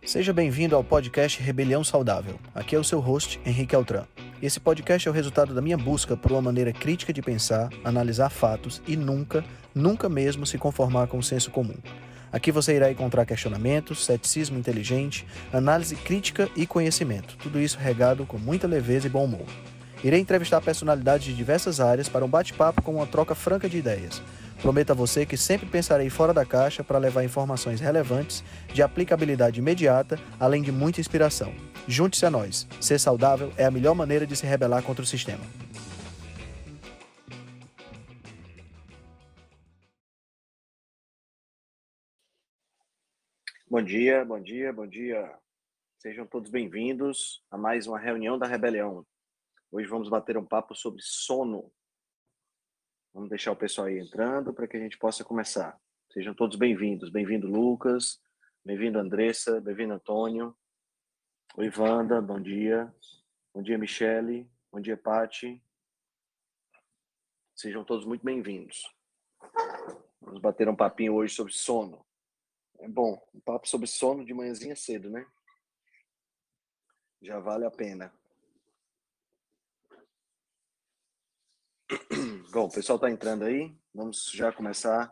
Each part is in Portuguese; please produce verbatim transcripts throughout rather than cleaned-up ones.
Seja bem-vindo ao podcast Rebelião Saudável. Aqui é o seu host, Henrique Altran. Esse podcast é o resultado da minha busca por uma maneira crítica de pensar, analisar fatos e nunca, nunca mesmo se conformar com o senso comum. Aqui você irá encontrar questionamentos, ceticismo inteligente, análise crítica e conhecimento. Tudo isso regado com muita leveza e bom humor. Irei entrevistar personalidades de diversas áreas para um bate-papo com uma troca franca de ideias. Prometo a você que sempre pensarei fora da caixa para levar informações relevantes, de aplicabilidade imediata, além de muita inspiração. Junte-se a nós. Ser saudável é a melhor maneira de se rebelar contra o sistema. Bom dia, bom dia, bom dia. Sejam todos bem-vindos a mais uma reunião da Rebelião. Hoje vamos bater um papo sobre sono. Vamos deixar o pessoal aí entrando para que a gente possa começar. Sejam todos bem-vindos. Bem-vindo, Lucas. Bem-vindo, Andressa. Bem-vindo, Antônio. Oi, Wanda. Bom dia. Bom dia, Michele. Bom dia, Pati. Sejam todos muito bem-vindos. Vamos bater um papinho hoje sobre sono. É bom, um papo sobre sono de manhãzinha cedo, né? Já vale a pena. Bom, o pessoal está entrando aí. Vamos já começar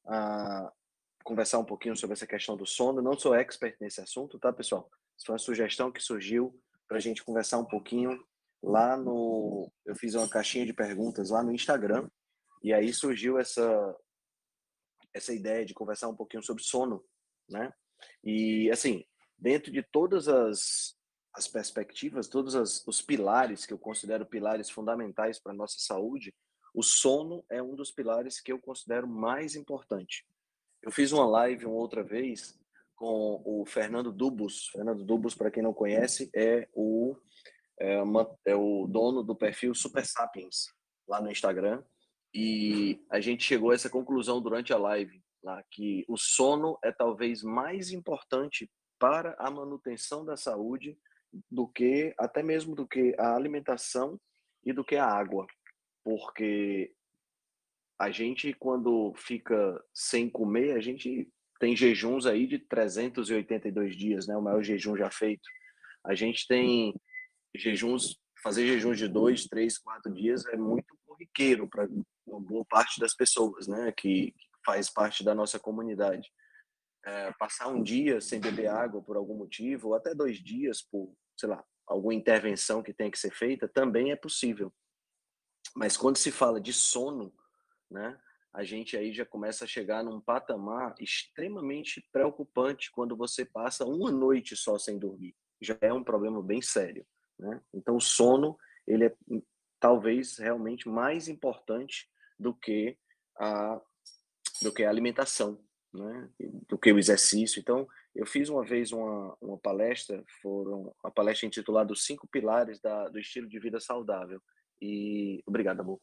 a conversar um pouquinho sobre essa questão do sono. Não sou expert nesse assunto, tá, pessoal? Isso foi uma sugestão que surgiu para a gente conversar um pouquinho lá no... Eu fiz uma caixinha de perguntas lá no Instagram e aí surgiu essa, essa ideia de conversar um pouquinho sobre sono, né? E, assim, dentro de todas as, as perspectivas, todos as, os pilares que eu considero pilares fundamentais para a nossa saúde, o sono é um dos pilares que eu considero mais importante. Eu fiz uma live uma outra vez com o Fernando Dubos. Fernando Dubos, para quem não conhece, é o, é, uma, é o dono do perfil Super Sapiens lá no Instagram. E a gente chegou a essa conclusão durante a live, lá, que o sono é talvez mais importante para a manutenção da saúde do que, até mesmo do que a alimentação e do que a água. Porque a gente, quando fica sem comer, a gente tem jejuns aí de trezentos e oitenta e dois dias, né? O maior jejum já feito. A gente tem jejuns, fazer jejuns de dois, três, quatro dias é muito corriqueiro para uma boa parte das pessoas, né? Que, que faz parte da nossa comunidade. É, passar um dia sem beber água por algum motivo, ou até dois dias por, sei lá, alguma intervenção que tem que ser feita, também é possível. Mas quando se fala de sono, né, a gente aí já começa a chegar num patamar extremamente preocupante quando você passa uma noite só sem dormir. Já é um problema bem sério, né? Então, o sono, ele é talvez realmente mais importante do que a, do que a alimentação, né? Do que o exercício. Então, eu fiz uma vez uma, uma palestra, foram uma palestra intitulada Os Cinco Pilares da, do Estilo de Vida Saudável. E obrigado, amor.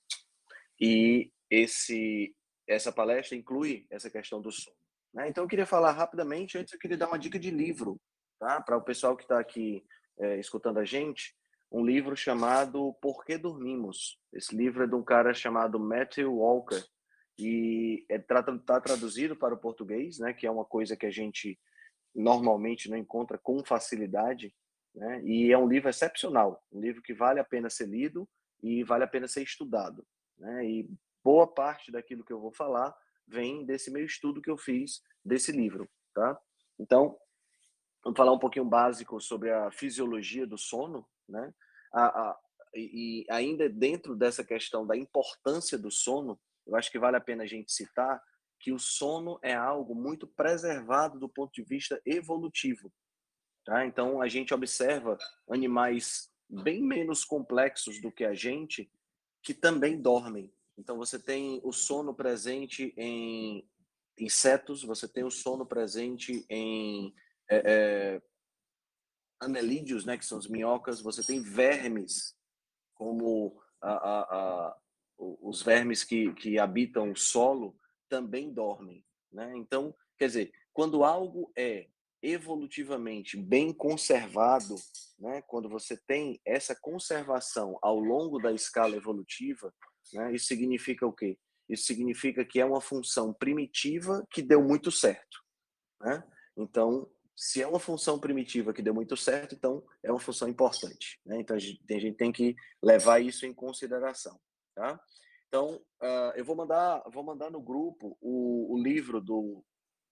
E esse, essa palestra inclui essa questão do sono, né? Então, eu queria falar rapidamente, antes eu queria dar uma dica de livro, tá? Para o pessoal que está aqui é, escutando a gente, um livro chamado Por que Dormimos? Esse livro é de um cara chamado Matthew Walker, e está é, tá traduzido para o português, né? Que é uma coisa que a gente normalmente não encontra com facilidade, né? E é um livro excepcional, um livro que vale a pena ser lido e vale a pena ser estudado, né? E boa parte daquilo que eu vou falar vem desse meu estudo que eu fiz desse livro, tá? Então, vamos falar um pouquinho básico sobre a fisiologia do sono, né? A, a, e, e ainda dentro dessa questão da importância do sono, eu acho que vale a pena a gente citar que o sono é algo muito preservado do ponto de vista evolutivo, tá? Então, a gente observa animais bem menos complexos do que a gente que também dormem. Então, você tem o sono presente em insetos, você tem o sono presente em é, é, anelídeos, né, que são as minhocas, você tem vermes, como a, a, a, os vermes que, que habitam o solo também dormem, né? Então, quer dizer, quando algo é evolutivamente bem conservado, né, quando você tem essa conservação ao longo da escala evolutiva, né, isso significa o quê? Isso significa que é uma função primitiva que deu muito certo, né? Então, se é uma função primitiva que deu muito certo, então é uma função importante, né? Então a gente, a gente tem que levar isso em consideração, tá? Então, uh, eu vou mandar, vou mandar no grupo o, o livro do,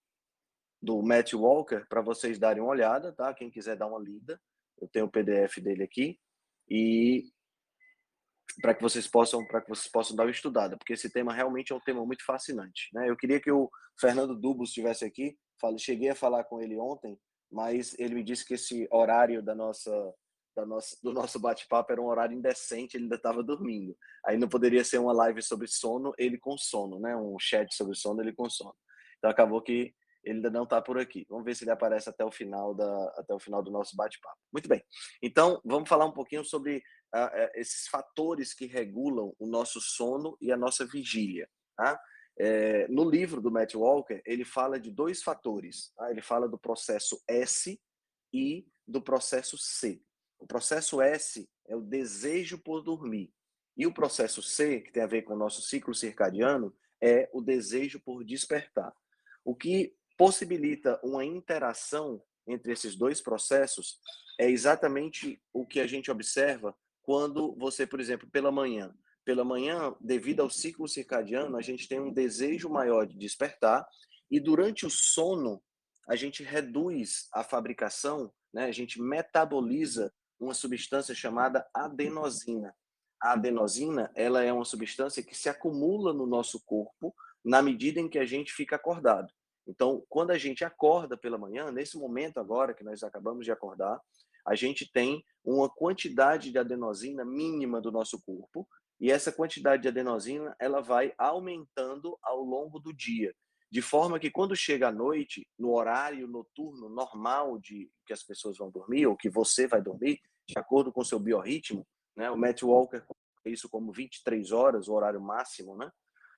do Matthew Walker para vocês darem uma olhada, tá? Quem quiser dar uma lida, eu tenho o P D F dele aqui e para que vocês possam para que vocês possam dar uma estudada, porque esse tema realmente é um tema muito fascinante, né? Eu queria que o Fernando Dubos estivesse aqui. Falei, cheguei a falar com ele ontem, mas ele me disse que esse horário da nossa da nossa do nosso bate-papo era um horário indecente, ele ainda estava dormindo. Aí não poderia ser uma live sobre sono, ele com sono, né? Um chat sobre sono, ele com sono. Então acabou que ele ainda não está por aqui. Vamos ver se ele aparece até o final da até o final do nosso bate-papo. Muito bem. Então, vamos falar um pouquinho sobre Uh, esses fatores que regulam o nosso sono e a nossa vigília. Tá? É, no livro do Matt Walker, ele fala de dois fatores. Tá? Ele fala do processo S e do processo C. O processo S é o desejo por dormir. E o processo C, que tem a ver com o nosso ciclo circadiano, é o desejo por despertar. O que possibilita uma interação entre esses dois processos é exatamente o que a gente observa quando você, por exemplo, pela manhã, pela manhã, devido ao ciclo circadiano, a gente tem um desejo maior de despertar e durante o sono a gente reduz a fabricação, né? A gente metaboliza uma substância chamada adenosina. A adenosina, ela é uma substância que se acumula no nosso corpo na medida em que a gente fica acordado. Então, quando a gente acorda pela manhã, nesse momento agora que nós acabamos de acordar, a gente tem uma quantidade de adenosina mínima do nosso corpo e essa quantidade de adenosina ela vai aumentando ao longo do dia, de forma que quando chega à noite, no horário noturno normal de que as pessoas vão dormir ou que você vai dormir, de acordo com o seu biorritmo, né? O Matt Walker isso como vinte e três horas, o horário máximo, né?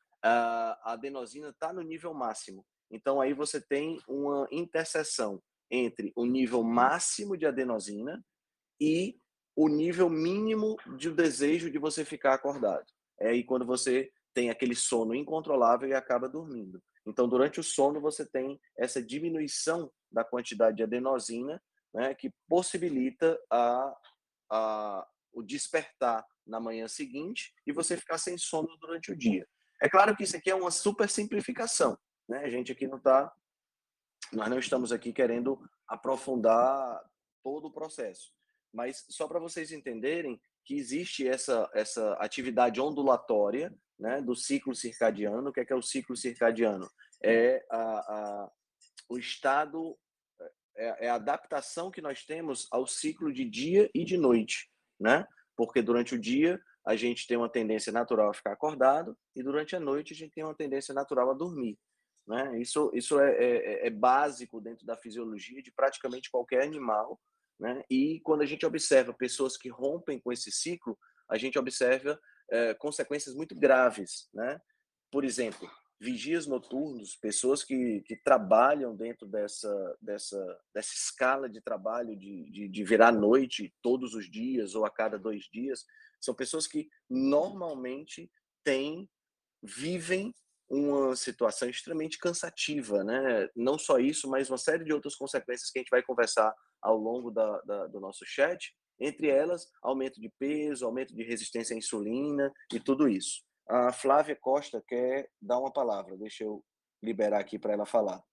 A adenosina está no nível máximo. Então aí você tem uma interseção entre o nível máximo de adenosina e o nível mínimo de desejo de você ficar acordado. É aí quando você tem aquele sono incontrolável e acaba dormindo. Então, durante o sono, você tem essa diminuição da quantidade de adenosina, né, que possibilita a, a, o despertar na manhã seguinte e você ficar sem sono durante o dia. É claro que isso aqui é uma super simplificação, né? A gente aqui não está, nós não estamos aqui querendo aprofundar todo o processo, mas só para vocês entenderem que existe essa essa atividade ondulatória, né, do ciclo circadiano. O que é, que é o ciclo circadiano? É a, a, o estado, é, é a adaptação que nós temos ao ciclo de dia e de noite, né? Porque durante o dia a gente tem uma tendência natural a ficar acordado e durante a noite a gente tem uma tendência natural a dormir, né? Isso, isso é, é, é básico dentro da fisiologia de praticamente qualquer animal, né? E quando a gente observa pessoas que rompem com esse ciclo, a gente observa é, consequências muito graves, né? Por exemplo, vigias noturnos, pessoas que, que trabalham dentro dessa, dessa, dessa escala de trabalho de, de, de virar noite todos os dias ou a cada dois dias, são pessoas que normalmente têm, vivem uma situação extremamente cansativa, né? Não só isso, mas uma série de outras consequências que a gente vai conversar ao longo da, da, do nosso chat, entre elas, aumento de peso, aumento de resistência à insulina e tudo isso. A Flávia Costa quer dar uma palavra, deixa eu liberar aqui para ela falar.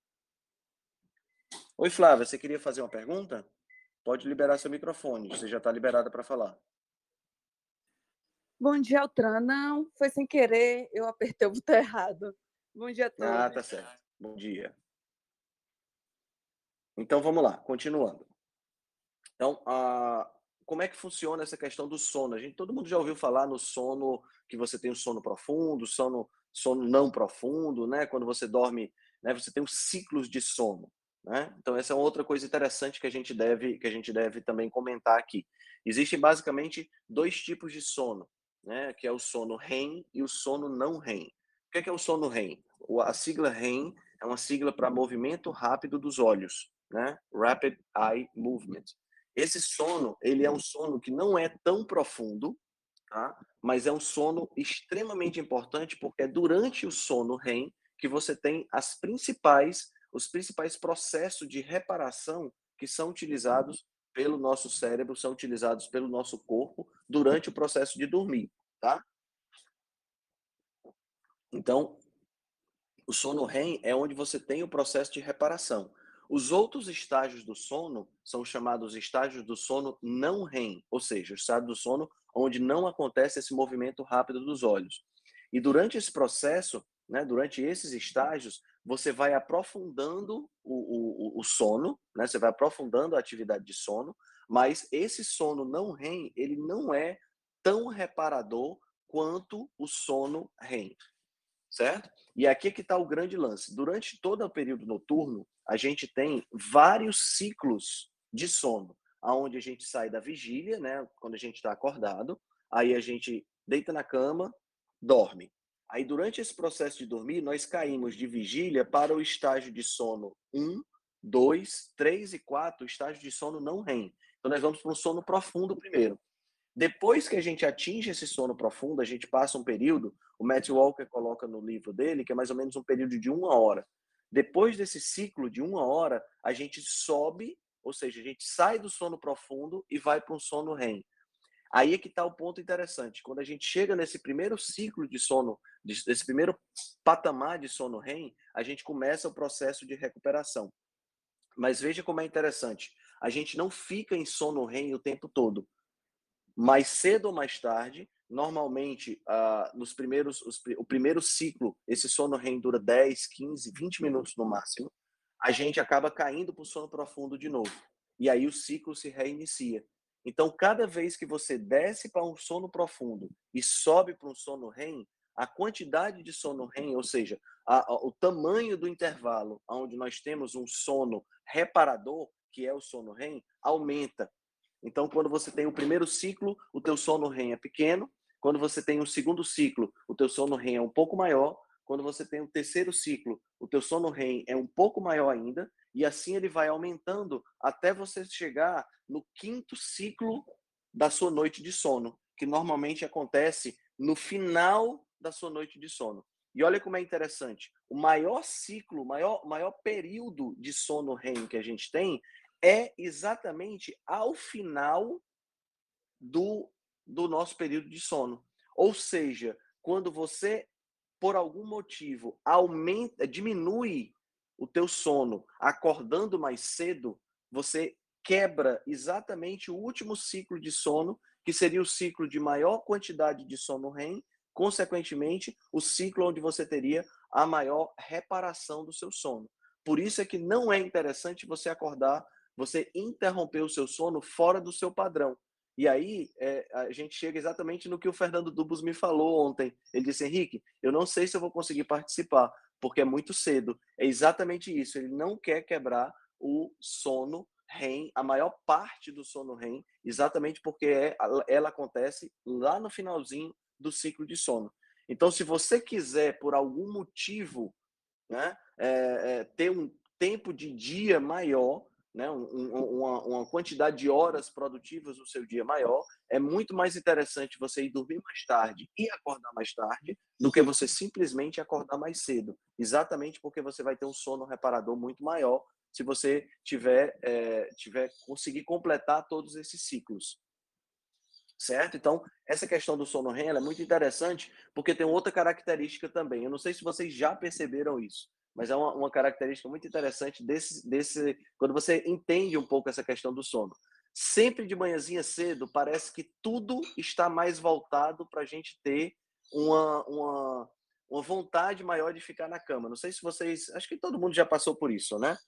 Oi, Flávia, você queria fazer uma pergunta? Pode liberar seu microfone, você já está liberada para falar. Bom dia, Altran. Não, foi sem querer, eu apertei o botão errado. Bom dia a todos. Ah, tá certo. Bom dia. Então, vamos lá, continuando. Então, a... como é que funciona essa questão do sono? A gente, todo mundo já ouviu falar no sono, que você tem o sono profundo, sono, sono não profundo, né? Quando você dorme, né? Você tem os ciclos de sono, né? Então, essa é outra coisa interessante que a gente deve, que a gente deve também comentar aqui. Existem basicamente dois tipos de sono, né? Que é o sono REM e o sono não REM. O que é, que é o sono REM? A sigla REM é uma sigla para movimento rápido dos olhos, né? Rapid Eye Movement. Esse sono, ele é um sono que não é tão profundo, tá? Mas é um sono extremamente importante porque é durante o sono REM que você tem as principais os principais processos de reparação que são utilizados pelo nosso cérebro, são utilizados pelo nosso corpo durante o processo de dormir, tá? Então, o sono REM é onde você tem o processo de reparação. Os outros estágios do sono são chamados estágios do sono não REM, ou seja, o estado do sono onde não acontece esse movimento rápido dos olhos. E durante esse processo, né, durante esses estágios, você vai aprofundando o, o, o sono, né, você vai aprofundando a atividade de sono, mas esse sono não REM, ele não é tão reparador quanto o sono REM, certo? E aqui que está o grande lance. Durante todo o período noturno, a gente tem vários ciclos de sono, aonde a gente sai da vigília, né, quando a gente está acordado, aí a gente deita na cama, dorme. Aí, durante esse processo de dormir, nós caímos de vigília para o estágio de sono um, dois, três e quatro, o estágio de sono não REM. Então, nós vamos para um sono profundo primeiro. Depois que a gente atinge esse sono profundo, a gente passa um período, o Matt Walker coloca no livro dele, que é mais ou menos um período de uma hora. Depois desse ciclo de uma hora, a gente sobe, ou seja, a gente sai do sono profundo e vai para um sono REM. Aí é que está o ponto interessante. Quando a gente chega nesse primeiro ciclo de sono, desse primeiro patamar de sono REM, a gente começa o processo de recuperação. Mas veja como é interessante. A gente não fica em sono REM o tempo todo. Mais cedo ou mais tarde, normalmente, uh, nos primeiros, os, o primeiro ciclo, esse sono REM dura dez, quinze, vinte minutos no máximo, a gente acaba caindo para o sono profundo de novo. E aí o ciclo se reinicia. Então, cada vez que você desce para um sono profundo e sobe para um sono REM, a quantidade de sono REM, ou seja, a, a, o tamanho do intervalo onde nós temos um sono reparador, que é o sono REM, aumenta. Então, quando você tem o primeiro ciclo, o teu sono REM é pequeno. Quando você tem o segundo ciclo, o teu sono REM é um pouco maior. Quando você tem o terceiro ciclo, o teu sono REM é um pouco maior ainda. E assim ele vai aumentando até você chegar no quinto ciclo da sua noite de sono, que normalmente acontece no final da sua noite de sono. E olha como é interessante. O maior ciclo, o maior, maior período de sono REM que a gente tem é exatamente ao final do, do nosso período de sono. Ou seja, quando você, por algum motivo, aumenta, diminui o teu sono acordando mais cedo, você quebra exatamente o último ciclo de sono, que seria o ciclo de maior quantidade de sono REM, consequentemente, o ciclo onde você teria a maior reparação do seu sono. Por isso é que não é interessante você acordar, você interromper o seu sono fora do seu padrão. E aí, é, a gente chega exatamente no que o Fernando Dubos me falou ontem. Ele disse, Henrique, eu não sei se eu vou conseguir participar, porque é muito cedo. É exatamente isso, ele não quer quebrar o sono REM, a maior parte do sono REM, exatamente porque é, ela acontece lá no finalzinho do ciclo de sono. Então, se você quiser, por algum motivo, né, é, é, ter um tempo de dia maior, né, um, uma, uma quantidade de horas produtivas no seu dia maior, é muito mais interessante você ir dormir mais tarde e acordar mais tarde do que você simplesmente acordar mais cedo. Exatamente porque você vai ter um sono reparador muito maior se você tiver, é, tiver conseguir completar todos esses ciclos. Certo? Então, essa questão do sono REM é muito interessante porque tem outra característica também. Eu não sei se vocês já perceberam isso, mas é uma, uma característica muito interessante desse, desse, quando você entende um pouco essa questão do sono. Sempre de manhãzinha cedo, parece que tudo está mais voltado para a gente ter uma, uma, uma vontade maior de ficar na cama. Não sei se vocês... Acho que todo mundo já passou por isso, né?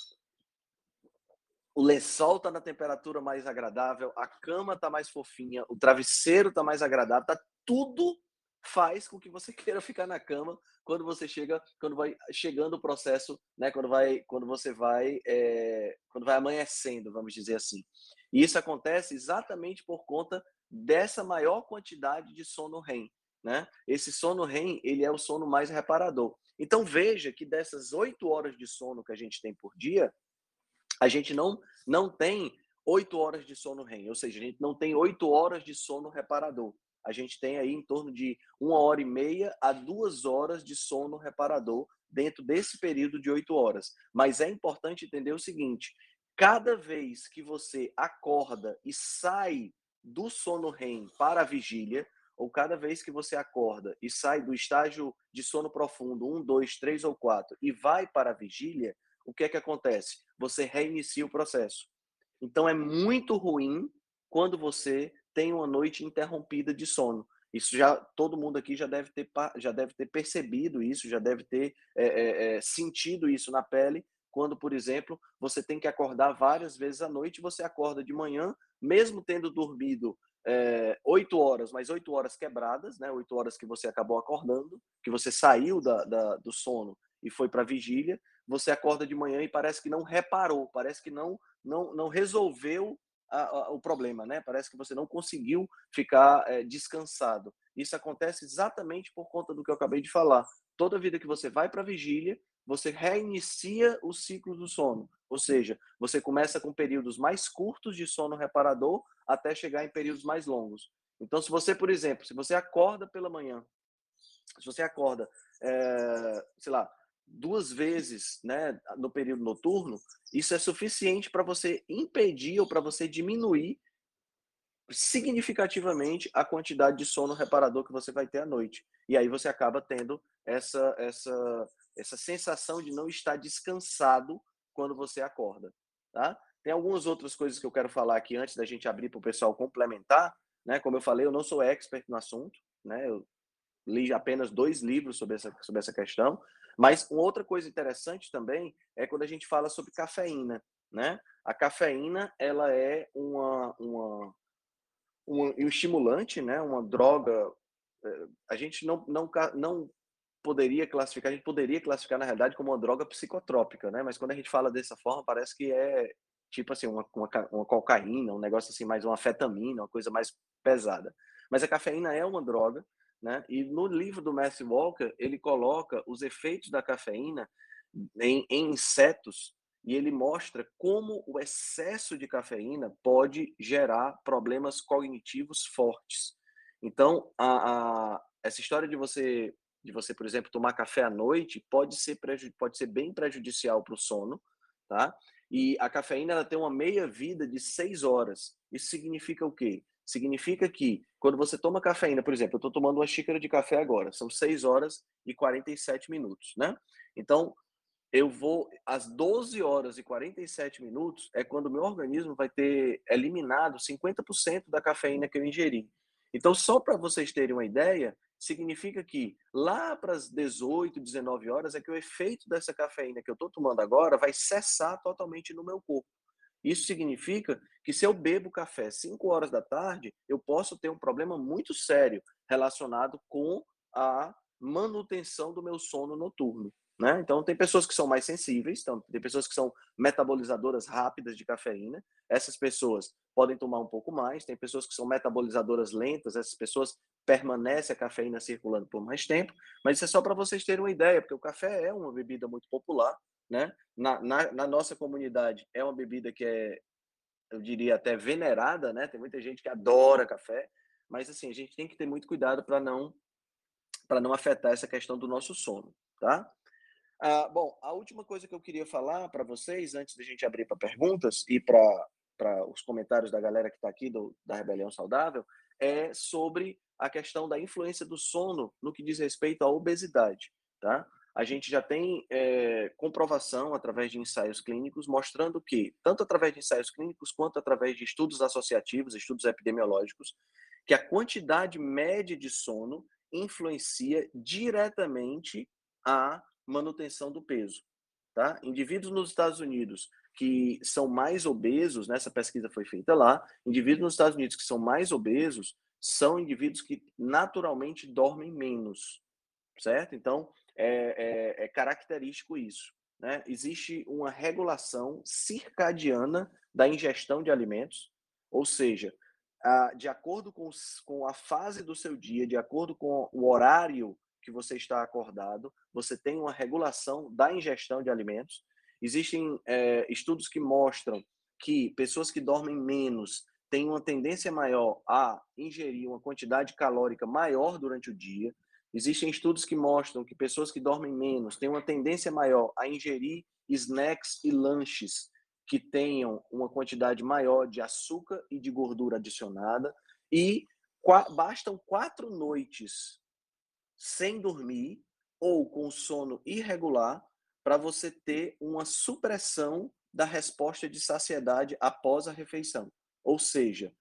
O lençol está na temperatura mais agradável, a cama está mais fofinha, o travesseiro está mais agradável, tá, tudo faz com que você queira ficar na cama quando você chega, quando vai chegando o processo, né? Quando vai, quando você vai, é, quando vai amanhecendo, vamos dizer assim. E isso acontece exatamente por conta dessa maior quantidade de sono REM, né? Esse sono REM, ele é o sono mais reparador. Então veja que dessas oito horas de sono que a gente tem por dia, a gente não, não tem oito horas de sono REM, ou seja, a gente não tem oito horas de sono reparador. A gente tem aí em torno de uma hora e meia a duas horas de sono reparador dentro desse período de oito horas. Mas é importante entender o seguinte, cada vez que você acorda e sai do sono R E M para a vigília, ou cada vez que você acorda e sai do estágio de sono profundo, um, dois, três ou quatro, e vai para a vigília, o que é que acontece? Você reinicia o processo. Então, é muito ruim quando você tem uma noite interrompida de sono. Isso já, todo mundo aqui já deve ter, já deve ter percebido isso, já deve ter é, é, é, sentido isso na pele, quando, por exemplo, você tem que acordar várias vezes à noite, você acorda de manhã, mesmo tendo dormido oito é, horas, mas oito horas quebradas, né? oito horas que você acabou acordando, que você saiu da, da, do sono e foi para a vigília, você acorda de manhã e parece que não reparou, parece que não, não, não resolveu a, a, o problema, né? Parece que você não conseguiu ficar é, descansado. Isso acontece exatamente por conta do que eu acabei de falar. Toda vida que você vai para a vigília, você reinicia o ciclo do sono. Ou seja, você começa com períodos mais curtos de sono reparador até chegar em períodos mais longos. Então, se você, por exemplo, se você acorda pela manhã, se você acorda, é, sei lá, duas vezes, né, no período noturno, isso é suficiente para você impedir ou para você diminuir significativamente a quantidade de sono reparador que você vai ter à noite. E aí você acaba tendo essa, essa, essa sensação de não estar descansado quando você acorda, tá? Tem algumas outras coisas que eu quero falar aqui antes da gente abrir para o pessoal complementar, né? Como eu falei, eu não sou expert no assunto, né? Eu li apenas dois livros sobre essa, sobre essa questão, mas uma outra coisa interessante também é quando a gente fala sobre cafeína, né? A cafeína, ela é uma, uma um, um estimulante, né? Uma droga. A gente não, não, não poderia classificar, a gente poderia classificar na realidade como uma droga psicotrópica, né? Mas quando a gente fala dessa forma, parece que é tipo assim, uma, uma, uma cocaína, um negócio assim, mais uma anfetamina, uma coisa mais pesada. Mas a cafeína é uma droga, né? E no livro do Matthew Walker, ele coloca os efeitos da cafeína em, em insetos e ele mostra como o excesso de cafeína pode gerar problemas cognitivos fortes. Então, a, a, essa história de você, de você, por exemplo, tomar café à noite pode ser, pode ser bem prejudicial para o sono, tá? E a cafeína ela tem uma meia-vida de seis horas. Isso significa o quê? Significa que quando você toma cafeína, por exemplo, eu estou tomando uma xícara de café agora, são seis horas e quarenta e sete minutos, né? Então, eu vou, às doze horas e quarenta e sete minutos, é quando o meu organismo vai ter eliminado cinquenta por cento da cafeína que eu ingeri. Então, só para vocês terem uma ideia, significa que lá para as dezoito, dezenove horas é que o efeito dessa cafeína que eu estou tomando agora vai cessar totalmente no meu corpo. Isso significa que se eu bebo café cinco horas da tarde, eu posso ter um problema muito sério relacionado com a manutenção do meu sono noturno. Né? Então, tem pessoas que são mais sensíveis, então, tem pessoas que são metabolizadoras rápidas de cafeína, essas pessoas podem tomar um pouco mais, tem pessoas que são metabolizadoras lentas, essas pessoas permanecem a cafeína circulando por mais tempo, mas isso é só para vocês terem uma ideia, porque o café é uma bebida muito popular, né? Na, na, na nossa comunidade é uma bebida que é, eu diria até venerada, né? Tem muita gente que adora café, mas assim, a gente tem que ter muito cuidado para não, para não afetar essa questão do nosso sono, tá? Ah, bom, a última coisa que eu queria falar para vocês, antes da gente abrir para perguntas e para os comentários da galera que está aqui do, da Rebelião Saudável, é sobre a questão da influência do sono no que diz respeito à obesidade. Tá? A gente já tem é, comprovação através de ensaios clínicos mostrando que, tanto através de ensaios clínicos quanto através de estudos associativos, estudos epidemiológicos, que a quantidade média de sono influencia diretamente a manutenção do peso, tá? Indivíduos nos Estados Unidos que são mais obesos, nessa pesquisa foi feita lá, indivíduos nos Estados Unidos que são mais obesos são indivíduos que naturalmente dormem menos, certo? Então, é, é, é característico isso, né? Existe uma regulação circadiana da ingestão de alimentos, ou seja, a, de acordo com, os, com a fase do seu dia, de acordo com o horário que você está acordado, você tem uma regulação da ingestão de alimentos. Existem é, estudos que mostram que pessoas que dormem menos têm uma tendência maior a ingerir uma quantidade calórica maior durante o dia. Existem estudos que mostram que pessoas que dormem menos têm uma tendência maior a ingerir snacks e lanches que tenham uma quantidade maior de açúcar e de gordura adicionada, e qua- bastam quatro noites sem dormir ou com sono irregular para você ter uma supressão da resposta de saciedade após a refeição. Ou seja,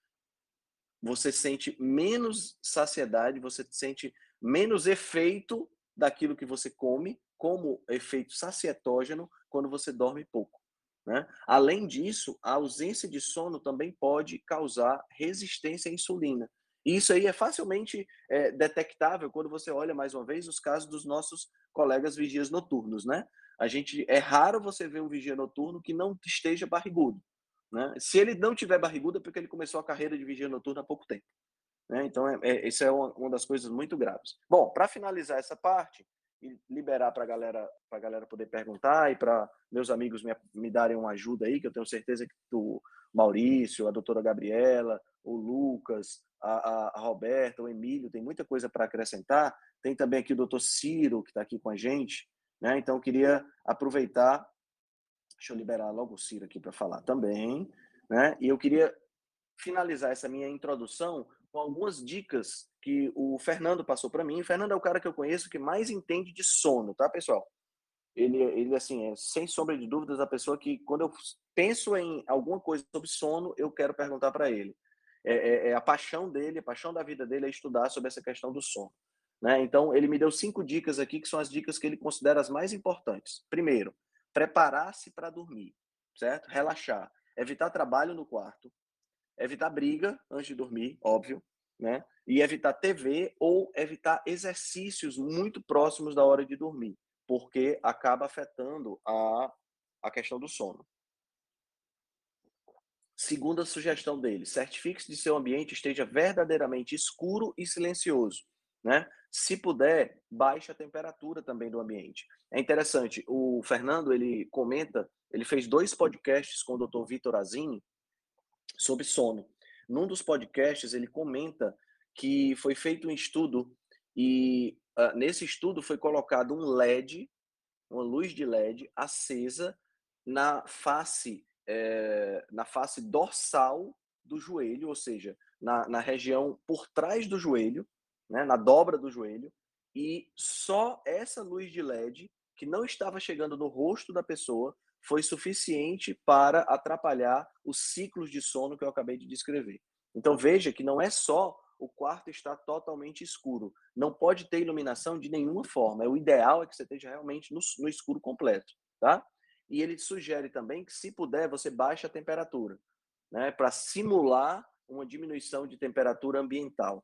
você sente menos saciedade, você sente menos efeito daquilo que você come, como efeito sacietógeno, quando você dorme pouco, né? Além disso, a ausência de sono também pode causar resistência à insulina. E isso aí é facilmente é, detectável quando você olha, mais uma vez, os casos dos nossos colegas vigias noturnos, né? A gente, é raro você ver um vigia noturno que não esteja barrigudo, né? Se ele não tiver barrigudo, é porque ele começou a carreira de vigia noturno há pouco tempo, né? Então, é, é, isso é uma, uma das coisas muito graves. Bom, para finalizar essa parte e liberar para galera, a galera poder perguntar e para meus amigos me, me darem uma ajuda aí, que eu tenho certeza que o Maurício, a doutora Gabriela, o Lucas, a, a, a Roberta, o Emílio, tem muita coisa para acrescentar. Tem também aqui o doutor Ciro, que está aqui com a gente, né? Então, eu queria aproveitar. Deixa eu liberar logo o Ciro aqui para falar também, né? E eu queria finalizar essa minha introdução com algumas dicas que o Fernando passou para mim. O Fernando é o cara que eu conheço que mais entende de sono, tá, pessoal? Ele, ele assim, é sem sombra de dúvidas a pessoa que, quando eu penso em alguma coisa sobre sono, eu quero perguntar para ele. É, é, é a paixão dele, a paixão da vida dele é estudar sobre essa questão do sono, né? Então, ele me deu cinco dicas aqui, que são as dicas que ele considera as mais importantes. Primeiro, preparar-se para dormir, certo? Relaxar. Evitar trabalho no quarto. Evitar briga antes de dormir, óbvio, né? E evitar T V ou evitar exercícios muito próximos da hora de dormir, porque acaba afetando a, a questão do sono. Segunda sugestão dele, certifique-se de seu ambiente esteja verdadeiramente escuro e silencioso, né? Se puder, baixe a temperatura também do ambiente. É interessante, o Fernando, ele comenta, ele fez dois podcasts com o doutor Vitor Azini sobre sono. Num dos podcasts, ele comenta que foi feito um estudo e uh, nesse estudo foi colocado um L E D, uma luz de L E D acesa na face, é, na face dorsal do joelho, ou seja, na, na região por trás do joelho, né, na dobra do joelho, e só essa luz de L E D, que não estava chegando no rosto da pessoa, foi suficiente para atrapalhar os ciclos de sono que eu acabei de descrever. Então veja que não é só o quarto estar totalmente escuro. Não pode ter iluminação de nenhuma forma. O ideal é que você esteja realmente no, no escuro completo, tá? E ele sugere também que, se puder, você baixe a temperatura, né, para simular uma diminuição de temperatura ambiental.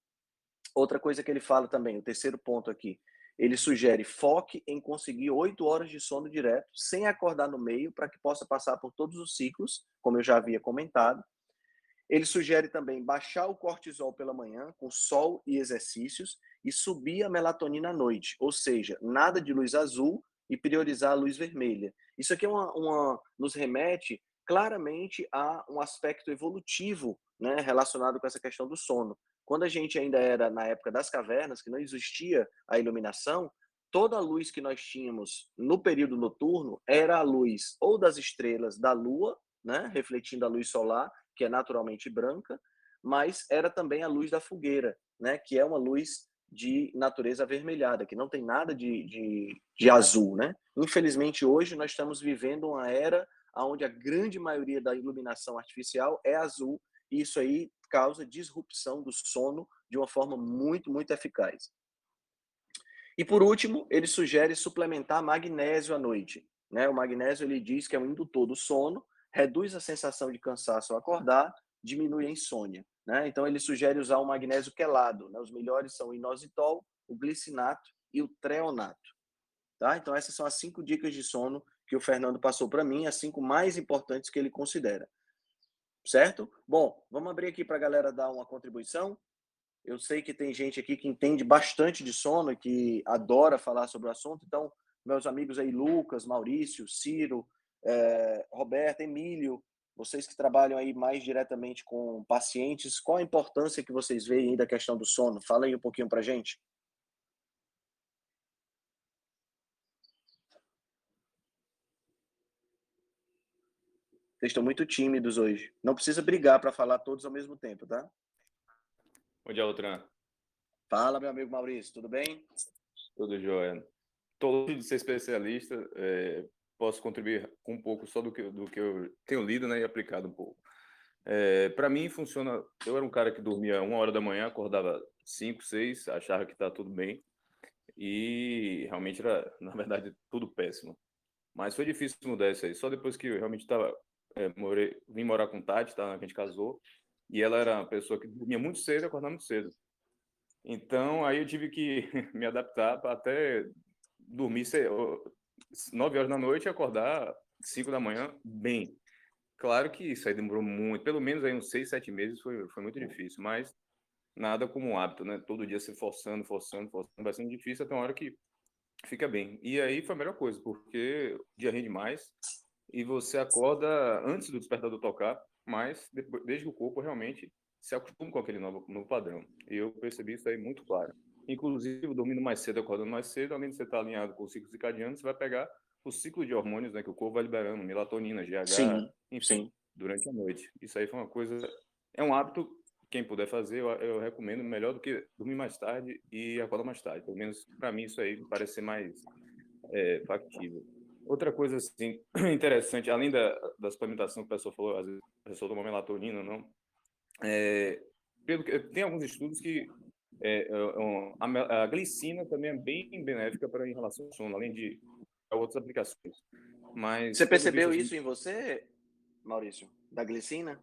Outra coisa que ele fala também, o terceiro ponto aqui, ele sugere foque em conseguir oito horas de sono direto, sem acordar no meio, para que possa passar por todos os ciclos, como eu já havia comentado. Ele sugere também baixar o cortisol pela manhã, com sol e exercícios, e subir a melatonina à noite, ou seja, nada de luz azul e priorizar a luz vermelha. Isso aqui é uma, uma, nos remete claramente a um aspecto evolutivo, né, relacionado com essa questão do sono. Quando a gente ainda era na época das cavernas, que não existia a iluminação, toda a luz que nós tínhamos no período noturno era a luz ou das estrelas da lua, né, refletindo a luz solar, que é naturalmente branca, mas era também a luz da fogueira, né, que é uma luz de natureza avermelhada, que não tem nada de, de, de azul, né? Infelizmente, hoje nós estamos vivendo uma era onde a grande maioria da iluminação artificial é azul, e isso aí causa disrupção do sono de uma forma muito, muito eficaz. E por último, ele sugere suplementar magnésio à noite, né? O magnésio, ele diz que é um indutor do sono, reduz a sensação de cansaço ao acordar, diminui a insônia, né? Então ele sugere usar o magnésio quelado, né? Os melhores são o inositol, o glicinato e o treonato, tá? Então essas são as cinco dicas de sono que o Fernando passou para mim, as cinco mais importantes que ele considera, certo? Bom, vamos abrir aqui para a galera dar uma contribuição. Eu sei que tem gente aqui que entende bastante de sono e que adora falar sobre o assunto. Então, meus amigos aí, Lucas, Maurício, Ciro, é, Roberto, Emílio, vocês que trabalham aí mais diretamente com pacientes, qual a importância que vocês veem aí da questão do sono? Fala aí um pouquinho pra gente. Vocês estão muito tímidos hoje. Não precisa brigar para falar todos ao mesmo tempo, tá? Bom dia, Altran. Fala, meu amigo Maurício, tudo bem? Tudo jóia. Estou longe de ser especialista, é, posso contribuir com um pouco só do que, do que eu tenho lido, né, e aplicado um pouco. É, para mim, funciona... Eu era um cara que dormia uma hora da manhã, acordava cinco, seis, achava que está tudo bem, e realmente era, na verdade, tudo péssimo. Mas foi difícil mudar isso aí. Só depois que eu realmente estava... É, morei, vim morar com Tati, tá, a gente casou, e ela era uma pessoa que dormia muito cedo e acordava muito cedo. Então, aí eu tive que me adaptar para até dormir nove horas da noite e acordar cinco da manhã bem. Claro que isso aí demorou muito, pelo menos aí uns seis, sete meses foi, foi muito difícil, mas nada como um hábito, né? Todo dia se forçando, forçando, forçando, vai sendo difícil até uma hora que fica bem. E aí foi a melhor coisa, porque o dia rende mais e você acorda antes do despertador tocar, mas depois, desde que o corpo realmente se acostuma com aquele novo, novo padrão. E eu percebi isso aí muito claro. Inclusive, dormindo mais cedo, acordando mais cedo, além de você estar alinhado com o ciclo circadiano, você vai pegar o ciclo de hormônios, né, que o corpo vai liberando, melatonina, G H, Sim, enfim, sim. durante a noite. Isso aí foi uma coisa... É um hábito, quem puder fazer, eu, eu recomendo, melhor do que dormir mais tarde e acordar mais tarde. Pelo menos, para mim, isso aí parece ser mais é, factível. Outra coisa, assim, interessante, além da, da suplementação que o pessoal falou, às vezes a pessoa toma melatonina, não... É, pelo que, tem alguns estudos que é, a, a glicina também é bem benéfica para em relação ao sono, além de outras aplicações. Mas você percebeu visto, isso assim, em você, Maurício, da glicina?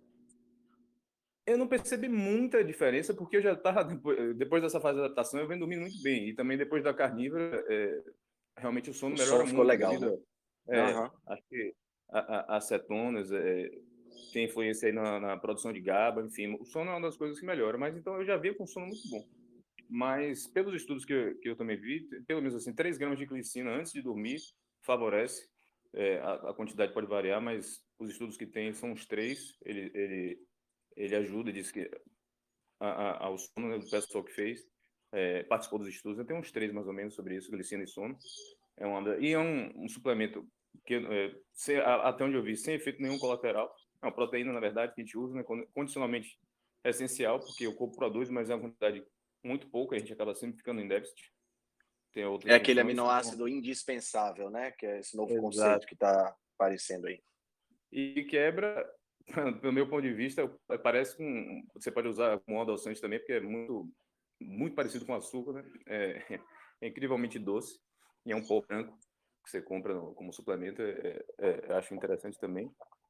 Eu não percebi muita diferença, porque eu já estava, depois, depois dessa fase de adaptação, eu venho dormindo muito bem. E também depois da carnívora, é, realmente o sono O melhora sono ficou muito. legal, Devido, né? é, Uhum. Acho que a, a, acetonas é, tem influência aí na, na produção de GABA, enfim. O sono é uma das coisas que melhora, mas então eu já vi com um sono muito bom. Mas pelos estudos que eu, que eu também vi, pelo menos assim, três gramas de glicina antes de dormir favorece. É, a, a quantidade pode variar, mas os estudos que tem são os três. Ele, ele, ele ajuda, diz que a, a, ao sono, o pessoal que fez, é, participou dos estudos, eu tenho uns três mais ou menos sobre isso, glicina e sono. É uma, e é um, um suplemento que, é, sem, a, até onde eu vi, sem efeito nenhum colateral. É uma proteína, na verdade, que a gente usa, né, condicionalmente é essencial, porque o corpo produz, mas é uma quantidade muito pouca, a gente acaba sempre ficando em déficit. Tem outras é aquele funções, aminoácido então... indispensável, né? Que é esse novo Exato. conceito que está aparecendo aí. E quebra, do meu ponto de vista, parece que você pode usar como adoçante também, porque é muito, muito parecido com açúcar, né? É, é incrivelmente doce, e é um pó branco que você compra como suplemento, é, é, eu acho interessante também.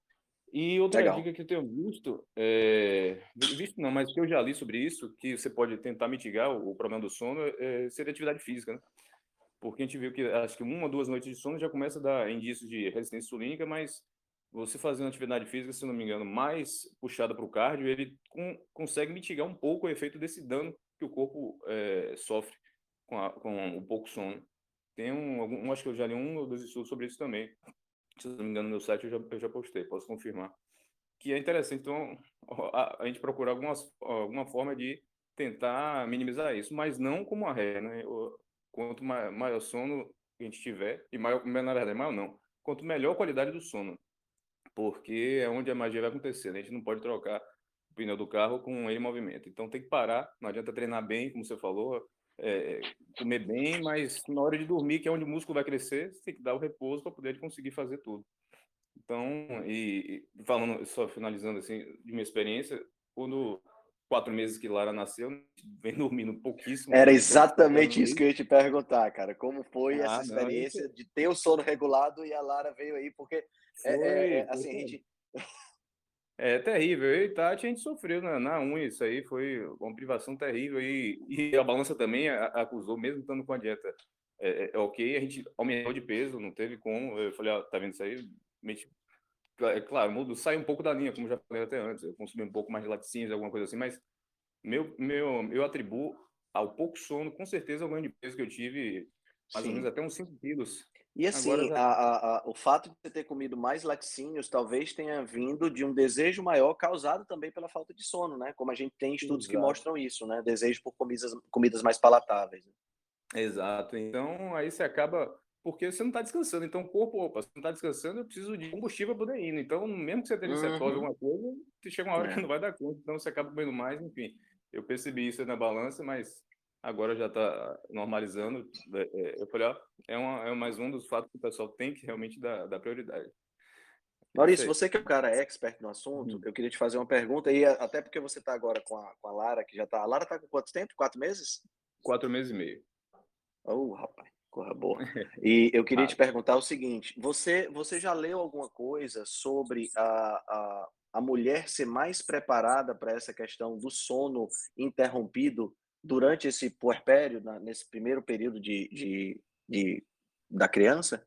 E outra Legal. dica que eu tenho visto, é, visto não, mas que eu já li sobre isso, que você pode tentar mitigar o, o problema do sono, é, seria atividade física, né? Porque a gente viu que acho que uma ou duas noites de sono já começa a dar indícios de resistência insulínica, mas você fazendo atividade física, se não me engano, mais puxada para o cardio, ele com, consegue mitigar um pouco o efeito desse dano que o corpo é, sofre com, a, com o pouco sono. Tem um, algum, acho que eu já li um ou dois estudos sobre isso também. Se não me engano, no meu site eu já, eu já postei, posso confirmar. Que é interessante, então, a, a gente procurar algumas, alguma forma de tentar minimizar isso, mas não como a ré, né? Quanto maior sono a gente tiver, e maior, na verdade, maior não, quanto melhor a qualidade do sono, porque é onde a magia vai acontecer, né? A gente não pode trocar o pneu do carro com ele em movimento. Então tem que parar, não adianta treinar bem, como você falou, é, comer bem, mas na hora de dormir, que é onde o músculo vai crescer, você tem que dar o repouso para poder conseguir fazer tudo. Então, e, e falando, só finalizando assim, de minha experiência, quando quatro meses que Lara nasceu, vem dormindo pouquíssimo. Era exatamente isso que eu ia te perguntar, cara. Como foi ah, essa experiência não, isso... de ter o sono regulado e a Lara veio aí? Porque, foi, é, é, foi assim, a gente... É terrível. Eu e Tati, a gente sofreu na, na unha. Isso aí foi uma privação terrível. E, e a balança também a, a acusou, mesmo estando com a dieta é, é, ok, a gente aumentou de peso, não teve como. Eu falei, ó, tá vendo isso aí? É claro, mudo, sai um pouco da linha, como já falei até antes. Eu consumi um pouco mais de laticínios, alguma coisa assim, mas meu, meu, eu atribuo ao pouco sono, com certeza, ao ganho de peso que eu tive, mais ou menos Sim. até uns cinco quilos. E Agora assim, já... a, a, a, o fato de você ter comido mais laticínios talvez tenha vindo de um desejo maior causado também pela falta de sono, né? Como a gente tem estudos que Exato. mostram isso, né? Desejo por comidas, comidas mais palatáveis. Exato. Então, aí você acaba porque você não está descansando. Então, o corpo, opa, você não está descansando, eu preciso de combustível para poder ir. Então, mesmo que você tenha cetose, Uhum. alguma coisa, chega uma hora É. que não vai dar conta, então você acaba comendo mais, enfim. Eu percebi isso aí na balança, mas agora já está normalizando. Eu falei, ó, é, uma, é mais um dos fatos que o pessoal tem que realmente dar, dar prioridade. Maurício, você que é um cara expert no assunto, Hum. eu queria te fazer uma pergunta, e até porque você está agora com a, com a Lara, que já está... A Lara está com quanto tempo? Quatro meses? Quatro meses e meio. Oh, rapaz, corra boa. E eu queria Ah. te perguntar o seguinte, você, você já leu alguma coisa sobre a, a, a mulher ser mais preparada para essa questão do sono interrompido durante esse puerpério, na, nesse primeiro período de, de, de, da criança?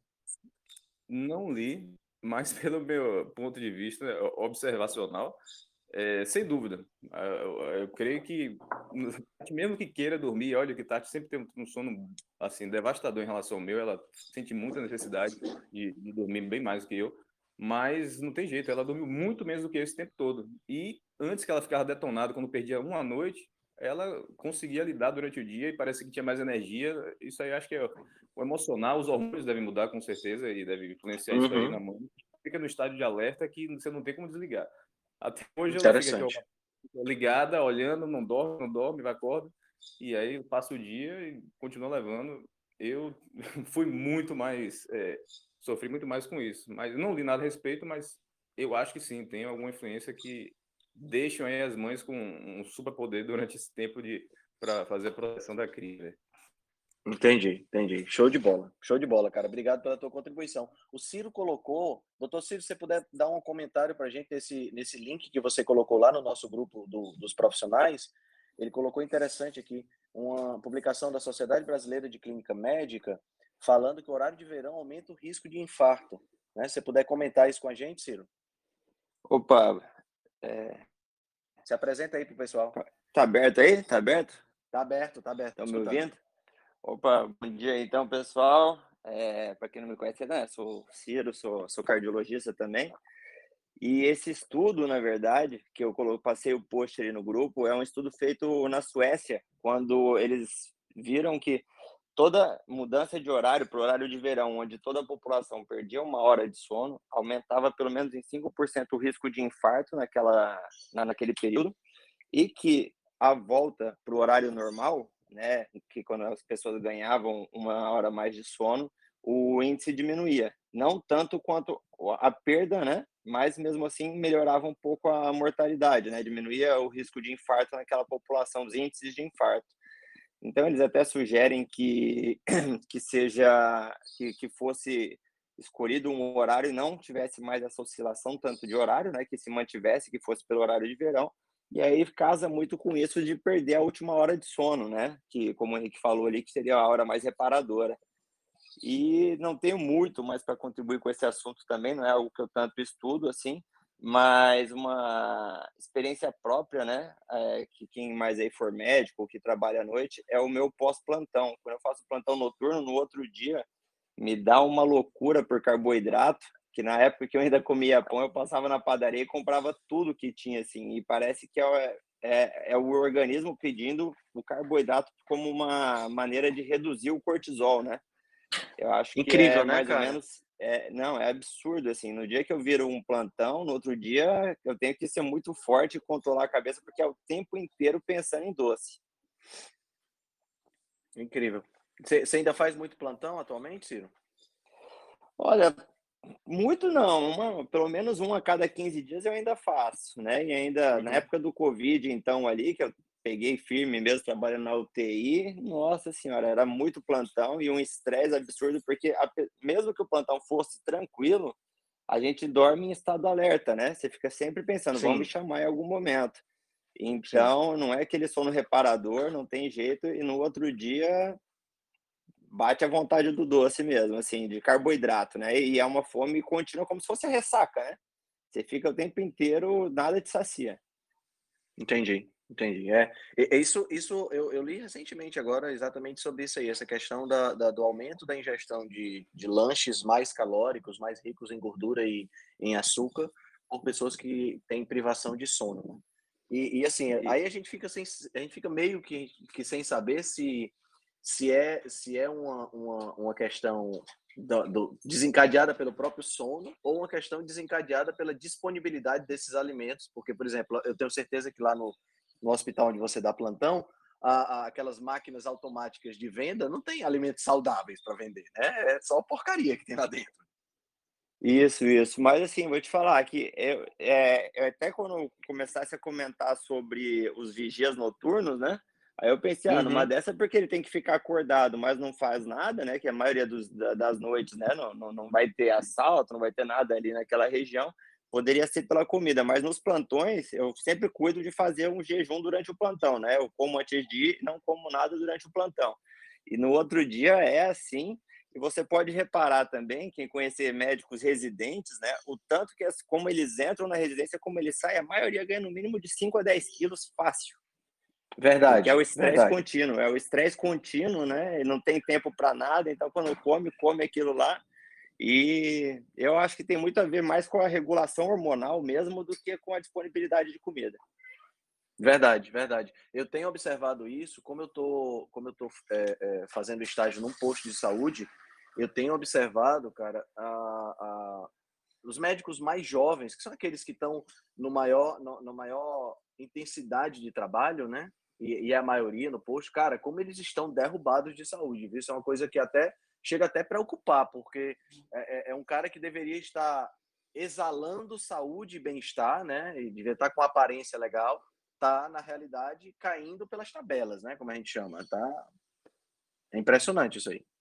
Não li, mas pelo meu ponto de vista observacional, é, sem dúvida. Eu, eu creio que, mesmo que queira dormir, olha que Tati sempre tem um sono assim devastador em relação ao meu, ela sente muita necessidade de, de dormir bem mais do que eu, mas não tem jeito, ela dormiu muito menos do que eu esse tempo todo. E antes que ela ficava detonada, quando perdia uma noite, ela conseguia lidar durante o dia e parece que tinha mais energia. Isso aí acho que é o emocional, os hormônios devem mudar com certeza e deve influenciar isso aí Uhum. na mãe. Fica no estado de alerta que você não tem como desligar. Até hoje ela fica aqui ó, Interessante. ligada, olhando, não dorme, não dorme, vai acorda. E aí passa o dia e continua levando. Eu fui muito mais, é, sofri muito mais com isso. Mas não li nada a respeito, mas eu acho que sim, tem alguma influência que deixam aí as mães com um superpoder durante esse tempo de para fazer a proteção da cria. Entendi, entendi. Show de bola. Show de bola, cara. Obrigado pela tua contribuição. O Ciro colocou, doutor Ciro, se você puder dar um comentário para a gente nesse, nesse link que você colocou lá no nosso grupo do, dos profissionais, ele colocou interessante aqui, uma publicação da Sociedade Brasileira de Clínica Médica, falando que o horário de verão aumenta o risco de infarto. Né? Se você puder comentar isso com a gente, Ciro. Opa, é... se apresenta aí para o pessoal. Tá aberto aí? Tá aberto? Tá aberto, tá aberto. Estão me ouvindo? Opa, bom dia então, pessoal. É, para quem não me conhece, né, sou Ciro, sou, sou cardiologista também. E esse estudo, na verdade, que eu colo- passei o post ali no grupo, é um estudo feito na Suécia, quando eles viram que toda mudança de horário para o horário de verão, onde toda a população perdia uma hora de sono, aumentava pelo menos em cinco por cento o risco de infarto naquela, na, naquele período, e que a volta para o horário normal, né, que quando as pessoas ganhavam uma hora mais de sono, o índice diminuía. Não tanto quanto a perda, né, mas mesmo assim melhorava um pouco a mortalidade, né, diminuía o risco de infarto naquela população, os índices de infarto. Então, eles até sugerem que, que seja, que, que fosse escolhido um horário e não tivesse mais essa oscilação tanto de horário, né, que se mantivesse, que fosse pelo horário de verão. E aí casa muito com isso de perder a última hora de sono, né, que como o Henrique falou ali, que seria a hora mais reparadora. E não tenho muito mais para contribuir com esse assunto também, não é algo que eu tanto estudo assim, mas uma experiência própria, né, é, que quem mais aí for médico, que trabalha à noite, é o meu pós-plantão. Quando eu faço plantão noturno, no outro dia, me dá uma loucura por carboidrato, que na época que eu ainda comia pão, eu passava na padaria e comprava tudo que tinha, assim, e parece que é, é, é o organismo pedindo o carboidrato como uma maneira de reduzir o cortisol, né? Eu acho que Incrível, é né, mais ou cara? menos... É, não, é absurdo, assim, no dia que eu viro um plantão, no outro dia eu tenho que ser muito forte e controlar a cabeça, porque é o tempo inteiro pensando em doce. Incrível. Você ainda faz muito plantão atualmente, Ciro? Olha, muito não, uma, pelo menos um a cada quinze dias eu ainda faço, né? E ainda na Uhum. época do Covid, então, ali, que eu peguei firme mesmo, trabalhando na U T I, nossa senhora, era muito plantão e um estresse absurdo, porque a, mesmo que o plantão fosse tranquilo, a gente dorme em estado alerta, né? Você fica sempre pensando, vão me Sim, chamar em algum momento. sim. Então, não é aquele sono reparador, não tem jeito, e no outro dia bate a vontade do doce mesmo, assim, de carboidrato, né? E é uma fome contínua, como se fosse a ressaca, né? Você fica o tempo inteiro, nada te sacia. Entendi, entendi. É, e- e isso, isso eu, eu li recentemente agora exatamente sobre isso aí, essa questão da, da- do aumento da ingestão de, de lanches mais calóricos, mais ricos em gordura e em açúcar, por pessoas que têm privação de sono, né? E, e assim, E, aí a gente fica sem, a gente fica meio que, que sem saber se, se é, se é uma, uma, uma questão do, do, desencadeada pelo próprio sono ou uma questão desencadeada pela disponibilidade desses alimentos, porque, por exemplo, eu tenho certeza que lá no, no hospital onde você dá plantão, a, a, aquelas máquinas automáticas de venda não tem alimentos saudáveis para vender, né? É só porcaria que tem lá dentro. Isso, isso. Mas assim, vou te falar que eu, é, eu até quando eu começasse a comentar sobre os vigias noturnos, né? Aí eu pensei, ah, numa Uhum. dessa é porque ele tem que ficar acordado, mas não faz nada, né? Que a maioria dos, da- das noites, né? Não, não, não vai ter assalto, não vai ter nada ali naquela região. Poderia ser pela comida, mas nos plantões eu sempre cuido de fazer um jejum durante o plantão, né? Eu como antes de ir, não como nada durante o plantão. E no outro dia é assim. E você pode reparar também, quem conhecer médicos residentes, né, o tanto que, as, como eles entram na residência, como eles saem, a maioria ganha no mínimo de cinco a dez quilos fácil. Porque é o Verdade, estresse verdade. contínuo, é o estresse contínuo, né? E não tem tempo para nada, então quando come, come aquilo lá. E eu acho que tem muito a ver mais com a regulação hormonal mesmo do que com a disponibilidade de comida. Verdade, verdade. Eu tenho observado isso, como eu tô, como eu tô é, é, fazendo estágio num posto de saúde, eu tenho observado, cara, a, a, os médicos mais jovens, que são aqueles que estão no maior, no, no maior intensidade de trabalho, né? E, e a maioria no posto, cara, como eles estão derrubados de saúde, viu? Isso é uma coisa que até chega até a preocupar, porque é, é é um cara que deveria estar exalando saúde e bem-estar, né? E devia estar com uma aparência legal, tá na realidade caindo pelas tabelas, né? Como a gente chama, tá? É impressionante isso aí.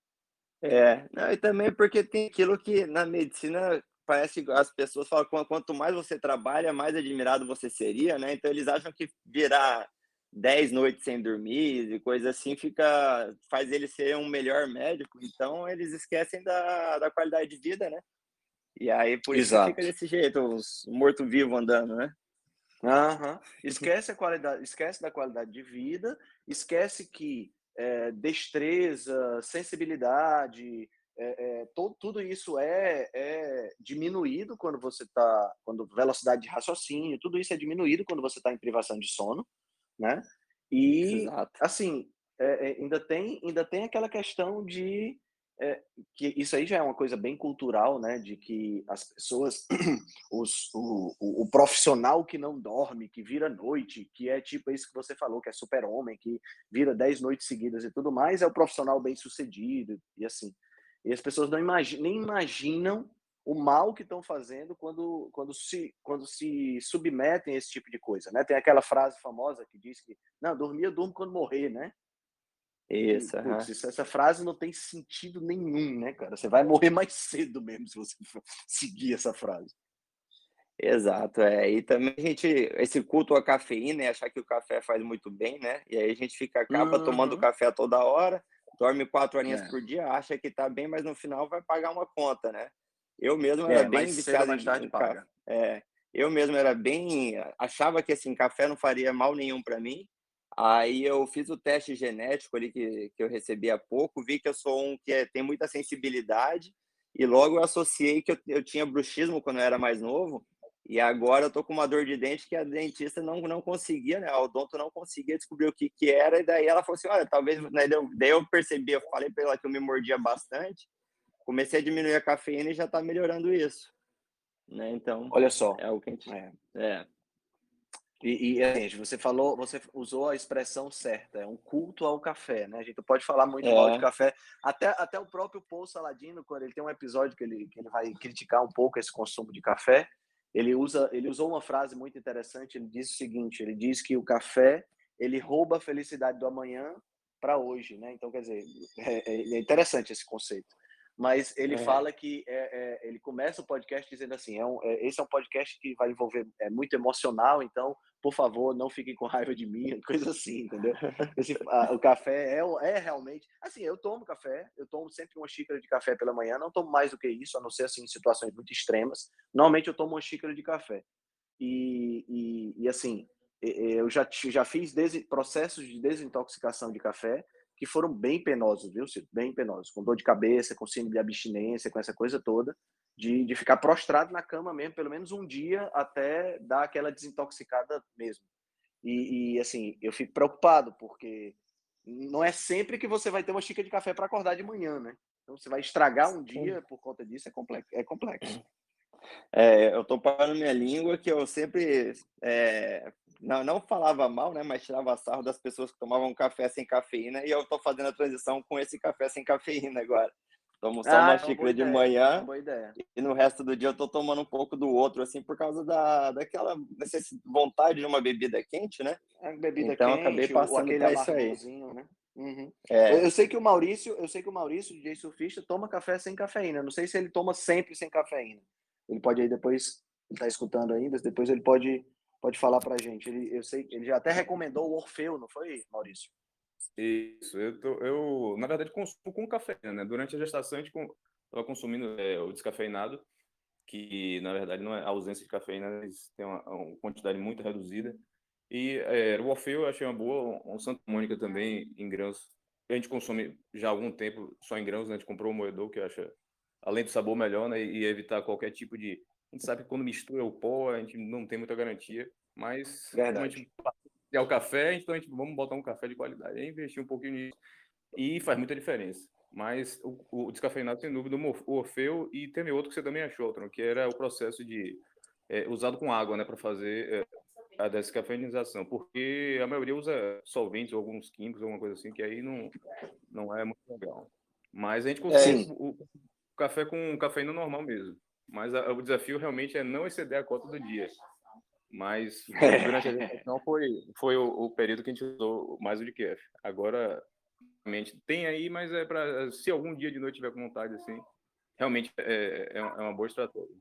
É, não, e também porque tem aquilo que na medicina parece que as pessoas falam que quanto mais você trabalha, mais admirado você seria, né? Então eles acham que virar dez noites sem dormir e coisa assim fica faz ele ser um melhor médico, então eles esquecem da, da qualidade de vida, né? E aí por isso que fica Exato. desse jeito, os morto-vivo andando, né? Aham. Esquece a qualidade, esquece da qualidade de vida, esquece que é, destreza, sensibilidade, é, é, to- tudo isso é, é diminuído quando você está, quando velocidade de raciocínio, tudo isso é diminuído quando você está em privação de sono, né? E Exato. assim, é, é, ainda tem, ainda tem aquela questão de é, que isso aí já é uma coisa bem cultural, né? De que as pessoas os, o, o, o profissional que não dorme, que vira noite, que é tipo isso que você falou, que é super-homem, que vira dez noites seguidas e tudo mais, é o profissional bem-sucedido e assim. E as pessoas não imagi nem imaginam o mal que estão fazendo quando, quando, se, quando se submetem a esse tipo de coisa, né? Tem aquela frase famosa que diz que, não, dormir eu durmo quando morrer, né? E, Isso, putz, aham. isso, essa frase não tem sentido nenhum, né, cara? Você vai morrer mais cedo mesmo se você for seguir essa frase. Exato, é. E também a gente, esse culto à cafeína, e achar que o café faz muito bem, né? E aí a gente fica, acaba tomando Uhum. café toda hora, dorme quatro horinhas É. por dia, acha que tá bem, mas no final vai pagar uma conta, né? Eu mesmo era É, mais bem cedo ou viciado mais em, tarde em café. paga. É, eu mesmo era bem, achava que assim, café não faria mal nenhum para mim. Aí eu fiz o teste genético ali que, que eu recebi há pouco, vi que eu sou um que é, tem muita sensibilidade, e logo eu associei que eu, eu tinha bruxismo quando eu era mais novo. E agora eu tô com uma dor de dente que a dentista não, não conseguia, né? A odonto não conseguia descobrir o que que era, e daí ela falou assim, olha, talvez... Daí eu, daí eu percebi, eu falei para ela que eu me mordia bastante, comecei a diminuir a cafeína e já tá melhorando isso, né? Então, Olha só. é o que a gente... É. É, E, e assim, você falou, você usou a expressão certa, é um culto ao café, né? A gente pode falar muito mal de é, café, até, até o próprio Paul Saladino, quando ele tem um episódio que ele, que ele vai criticar um pouco esse consumo de café, ele usa, ele usou uma frase muito interessante, ele diz o seguinte, ele diz que o café, ele rouba a felicidade do amanhã para hoje, né? Então, quer dizer, é, é interessante esse conceito. Mas ele é. fala que é, é, ele começa o podcast dizendo assim: é um, é, esse é um podcast que vai envolver é muito emocional, então por favor, não fiquem com raiva de mim, coisa assim, entendeu? Esse, a, o café é, é realmente... Assim, eu tomo café, eu tomo sempre uma xícara de café pela manhã, não tomo mais do que isso, a não ser assim, em situações muito extremas. Normalmente eu tomo uma xícara de café. E, e, e assim, eu já, já fiz des, processos de desintoxicação de café que foram bem penosos, viu, Ciro? Bem penosos, com dor de cabeça, com síndrome de abstinência, com essa coisa toda. De, de ficar prostrado na cama mesmo, pelo menos um dia, até dar aquela desintoxicada mesmo. E, e assim, eu fico preocupado, porque não é sempre que você vai ter uma xícara de café para acordar de manhã, né? Então, você vai estragar um dia por conta disso, é complexo. É complexo. É, eu tô parando minha língua que eu sempre é, não, não falava mal, né, mas tirava sarro das pessoas que tomavam café sem cafeína, e eu tô fazendo a transição com esse café sem cafeína agora. Tomo só Ah, uma é uma boa xícara de ideia. É uma manhã boa ideia. e no resto do dia eu tô tomando um pouco do outro, assim, por causa da, daquela necessidade, vontade de uma bebida quente, né? A bebida Então eu acabei quente, o, passando aquele para isso aí. amargorzinho, né? Uhum. Eu, É, eu sei que o Maurício, eu sei que o Maurício, D J surfista, toma café sem cafeína. Não sei se ele toma sempre sem cafeína. Ele pode aí depois, ele tá escutando ainda, depois ele pode, pode falar pra gente. Ele, eu sei, ele já até recomendou o Orfeu, não foi, Maurício? Isso, eu, tô, eu na verdade consumo com cafeína, né? Durante a gestação a gente estava consumindo é, o descafeinado, que na verdade não é a ausência de cafeína, mas tem uma, uma quantidade muito reduzida. E é, o Orfeu eu achei uma boa, um Santa Mônica também em grãos. A gente consome já há algum tempo só em grãos, né? A gente comprou um moedor que eu acho, além do sabor melhor, né? E evitar qualquer tipo de... A gente sabe que quando mistura o pó, a gente não tem muita garantia, mas como a gente é o café, então a gente vamos botar um café de qualidade. Aí investir um pouquinho nisso e faz muita diferença. Mas o, o descafeinado, sem dúvida, o Orfeu, e tem outro que você também achou, Tron, que era o processo de é, usado com água, né, para fazer é, a descafeinização, porque a maioria usa solventes ou alguns químicos, alguma coisa assim, que aí não, não é muito legal. Mas a gente consome É, o, o café com cafeína normal mesmo. Mas a, o desafio realmente é não exceder a cota do dia. Mas durante a gestação foi, foi o, o período que a gente usou mais o D Q F. Agora, realmente, tem aí, mas é para se algum dia de noite tiver com vontade, assim, realmente é, é uma boa estratégia.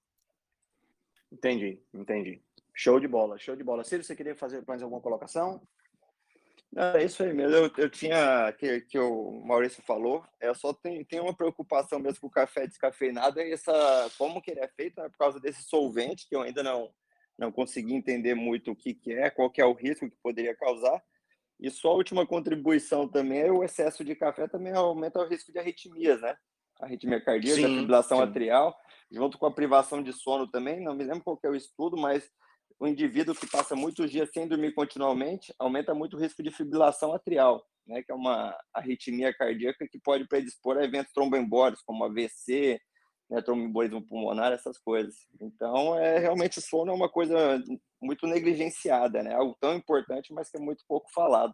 entendi, entendi. Show de bola, show de bola. Ciro, você queria fazer mais alguma colocação? não, é isso aí mesmo. Eu, eu tinha, que, que o Maurício falou, eu só tenho, tenho uma preocupação mesmo com o café descafeinado, é essa, como que ele é feito, né, por causa desse solvente, que eu ainda não, não consegui entender muito o que, que é, qual que é o risco que poderia causar. E só a última contribuição também é o excesso de café também aumenta o risco de arritmias, né? Arritmia cardíaca, Sim, fibrilação sim. atrial, junto com a privação de sono também. Não me lembro qual que é o estudo, mas o indivíduo que passa muitos dias sem dormir continuamente aumenta muito o risco de fibrilação atrial, né? Que é uma arritmia cardíaca que pode predispor a eventos tromboembólicos, como A V C, né, tromboembolismo pulmonar, essas coisas. Então, é realmente o sono é uma coisa muito negligenciada, né? Algo tão importante, mas que é muito pouco falado.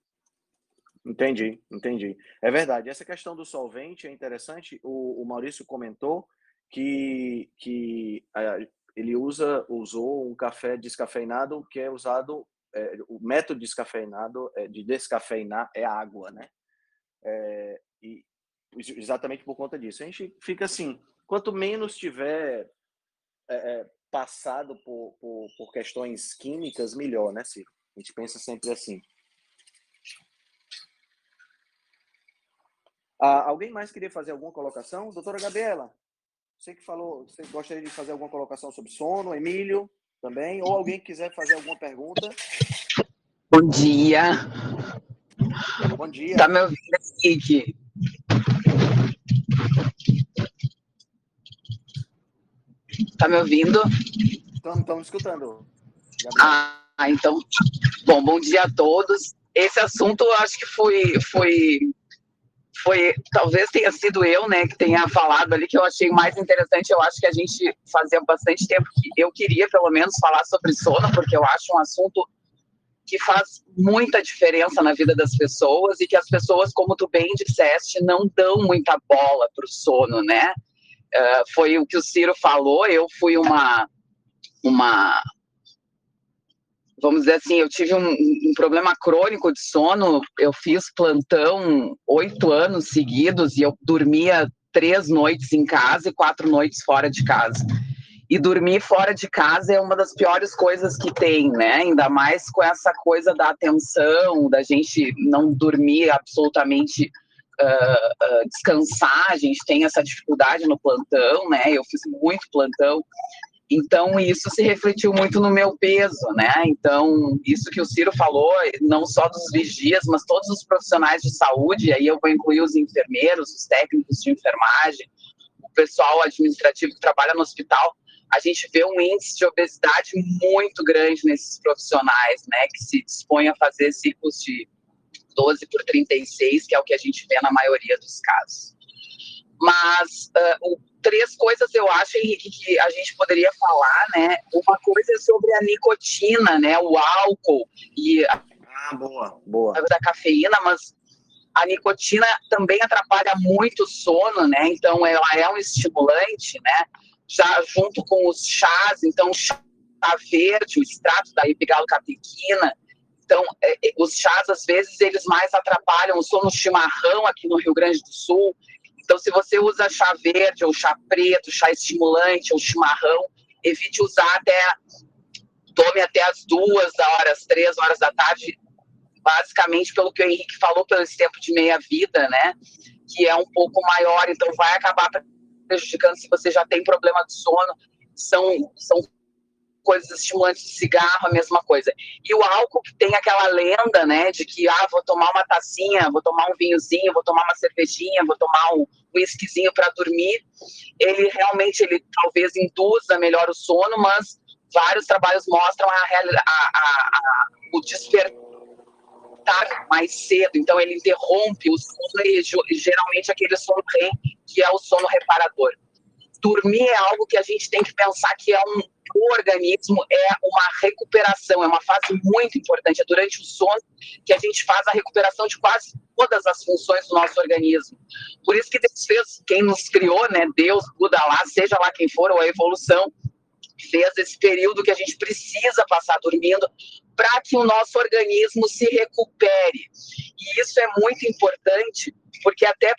Entendi, entendi. É verdade. Essa questão do solvente é interessante. O, o Maurício comentou que, que é, ele usa, usou um café descafeinado que é usado, é, o método descafeinado, é, de descafeinar é água, né? É, e exatamente por conta disso. A gente fica assim, quanto menos tiver é, é, passado por, por, por questões químicas, melhor, né, Ciro? A gente pensa sempre assim. Ah, alguém mais queria fazer alguma colocação? Doutora Gabriela, você que falou, você gostaria de fazer alguma colocação sobre sono? Emílio também? Ou alguém que quiser fazer alguma pergunta? Bom dia. Bom dia. Tá me ouvindo, Henrique? Tá me ouvindo? Estamos escutando, Gabriela. Ah, então, bom, bom dia a todos. Esse assunto, eu acho que foi, foi, foi, talvez tenha sido eu, né, que tenha falado ali, que eu achei mais interessante. Eu acho que a gente fazia bastante tempo que eu queria, pelo menos, falar sobre sono, porque eu acho um assunto que faz muita diferença na vida das pessoas e que as pessoas, como tu bem disseste, não dão muita bola para o sono, né? Uh, foi o que o Ciro falou. Eu fui uma, uma, vamos dizer assim, eu tive um, um problema crônico de sono. Eu fiz plantão oito anos seguidos e eu dormia três noites em casa e quatro noites fora de casa. E dormir fora de casa é uma das piores coisas que tem, né? Ainda mais com essa coisa da atenção, da gente não dormir absolutamente, uh, uh, descansar. A gente tem essa dificuldade no plantão, né? Eu fiz muito plantão. Então, isso se refletiu muito no meu peso, né? Então, isso que o Ciro falou, não só dos vigias, mas todos os profissionais de saúde, aí eu vou incluir os enfermeiros, os técnicos de enfermagem, o pessoal administrativo que trabalha no hospital. A gente vê um índice de obesidade muito grande nesses profissionais, né, que se dispõem a fazer ciclos de doze por trinta e seis, que é o que a gente vê na maioria dos casos. Mas uh, o, três coisas eu acho, Henrique, que a gente poderia falar, né? Uma coisa é sobre a nicotina, né? O álcool e a, ah, boa, boa. da cafeína, mas a nicotina também atrapalha muito o sono, né? Então ela é um estimulante, né? Já junto com os chás, então chá verde, o extrato da epigalocatequina. Então, é, os chás, às vezes, eles mais atrapalham o sono, chimarrão aqui no Rio Grande do Sul. Então, se você usa chá verde, ou chá preto, chá estimulante, ou chimarrão, evite usar até, tome até as duas horas, três horas da tarde, basicamente pelo que o Henrique falou, pelo esse tempo de meia-vida, né, que é um pouco maior, então vai acabar prejudicando se você já tem problema de sono. São, são coisas estimulantes, de cigarro, a mesma coisa. E o álcool, que tem aquela lenda, né, de que, ah, vou tomar uma tacinha, vou tomar um vinhozinho, vou tomar uma cervejinha, vou tomar um whiskyzinho para dormir, ele realmente, ele talvez induza melhor o sono, mas vários trabalhos mostram a, a, a, a, o despertar mais cedo, então ele interrompe o sono e geralmente aquele sono R E M, que é o sono reparador. Dormir é algo que a gente tem que pensar que é um, o organismo é uma recuperação, é uma fase muito importante, é durante o sono que a gente faz a recuperação de quase todas as funções do nosso organismo. Por isso que Deus fez, quem nos criou, né, Deus, Buda lá, seja lá quem for, ou a evolução, fez esse período que a gente precisa passar dormindo para que o nosso organismo se recupere. E isso é muito importante, porque até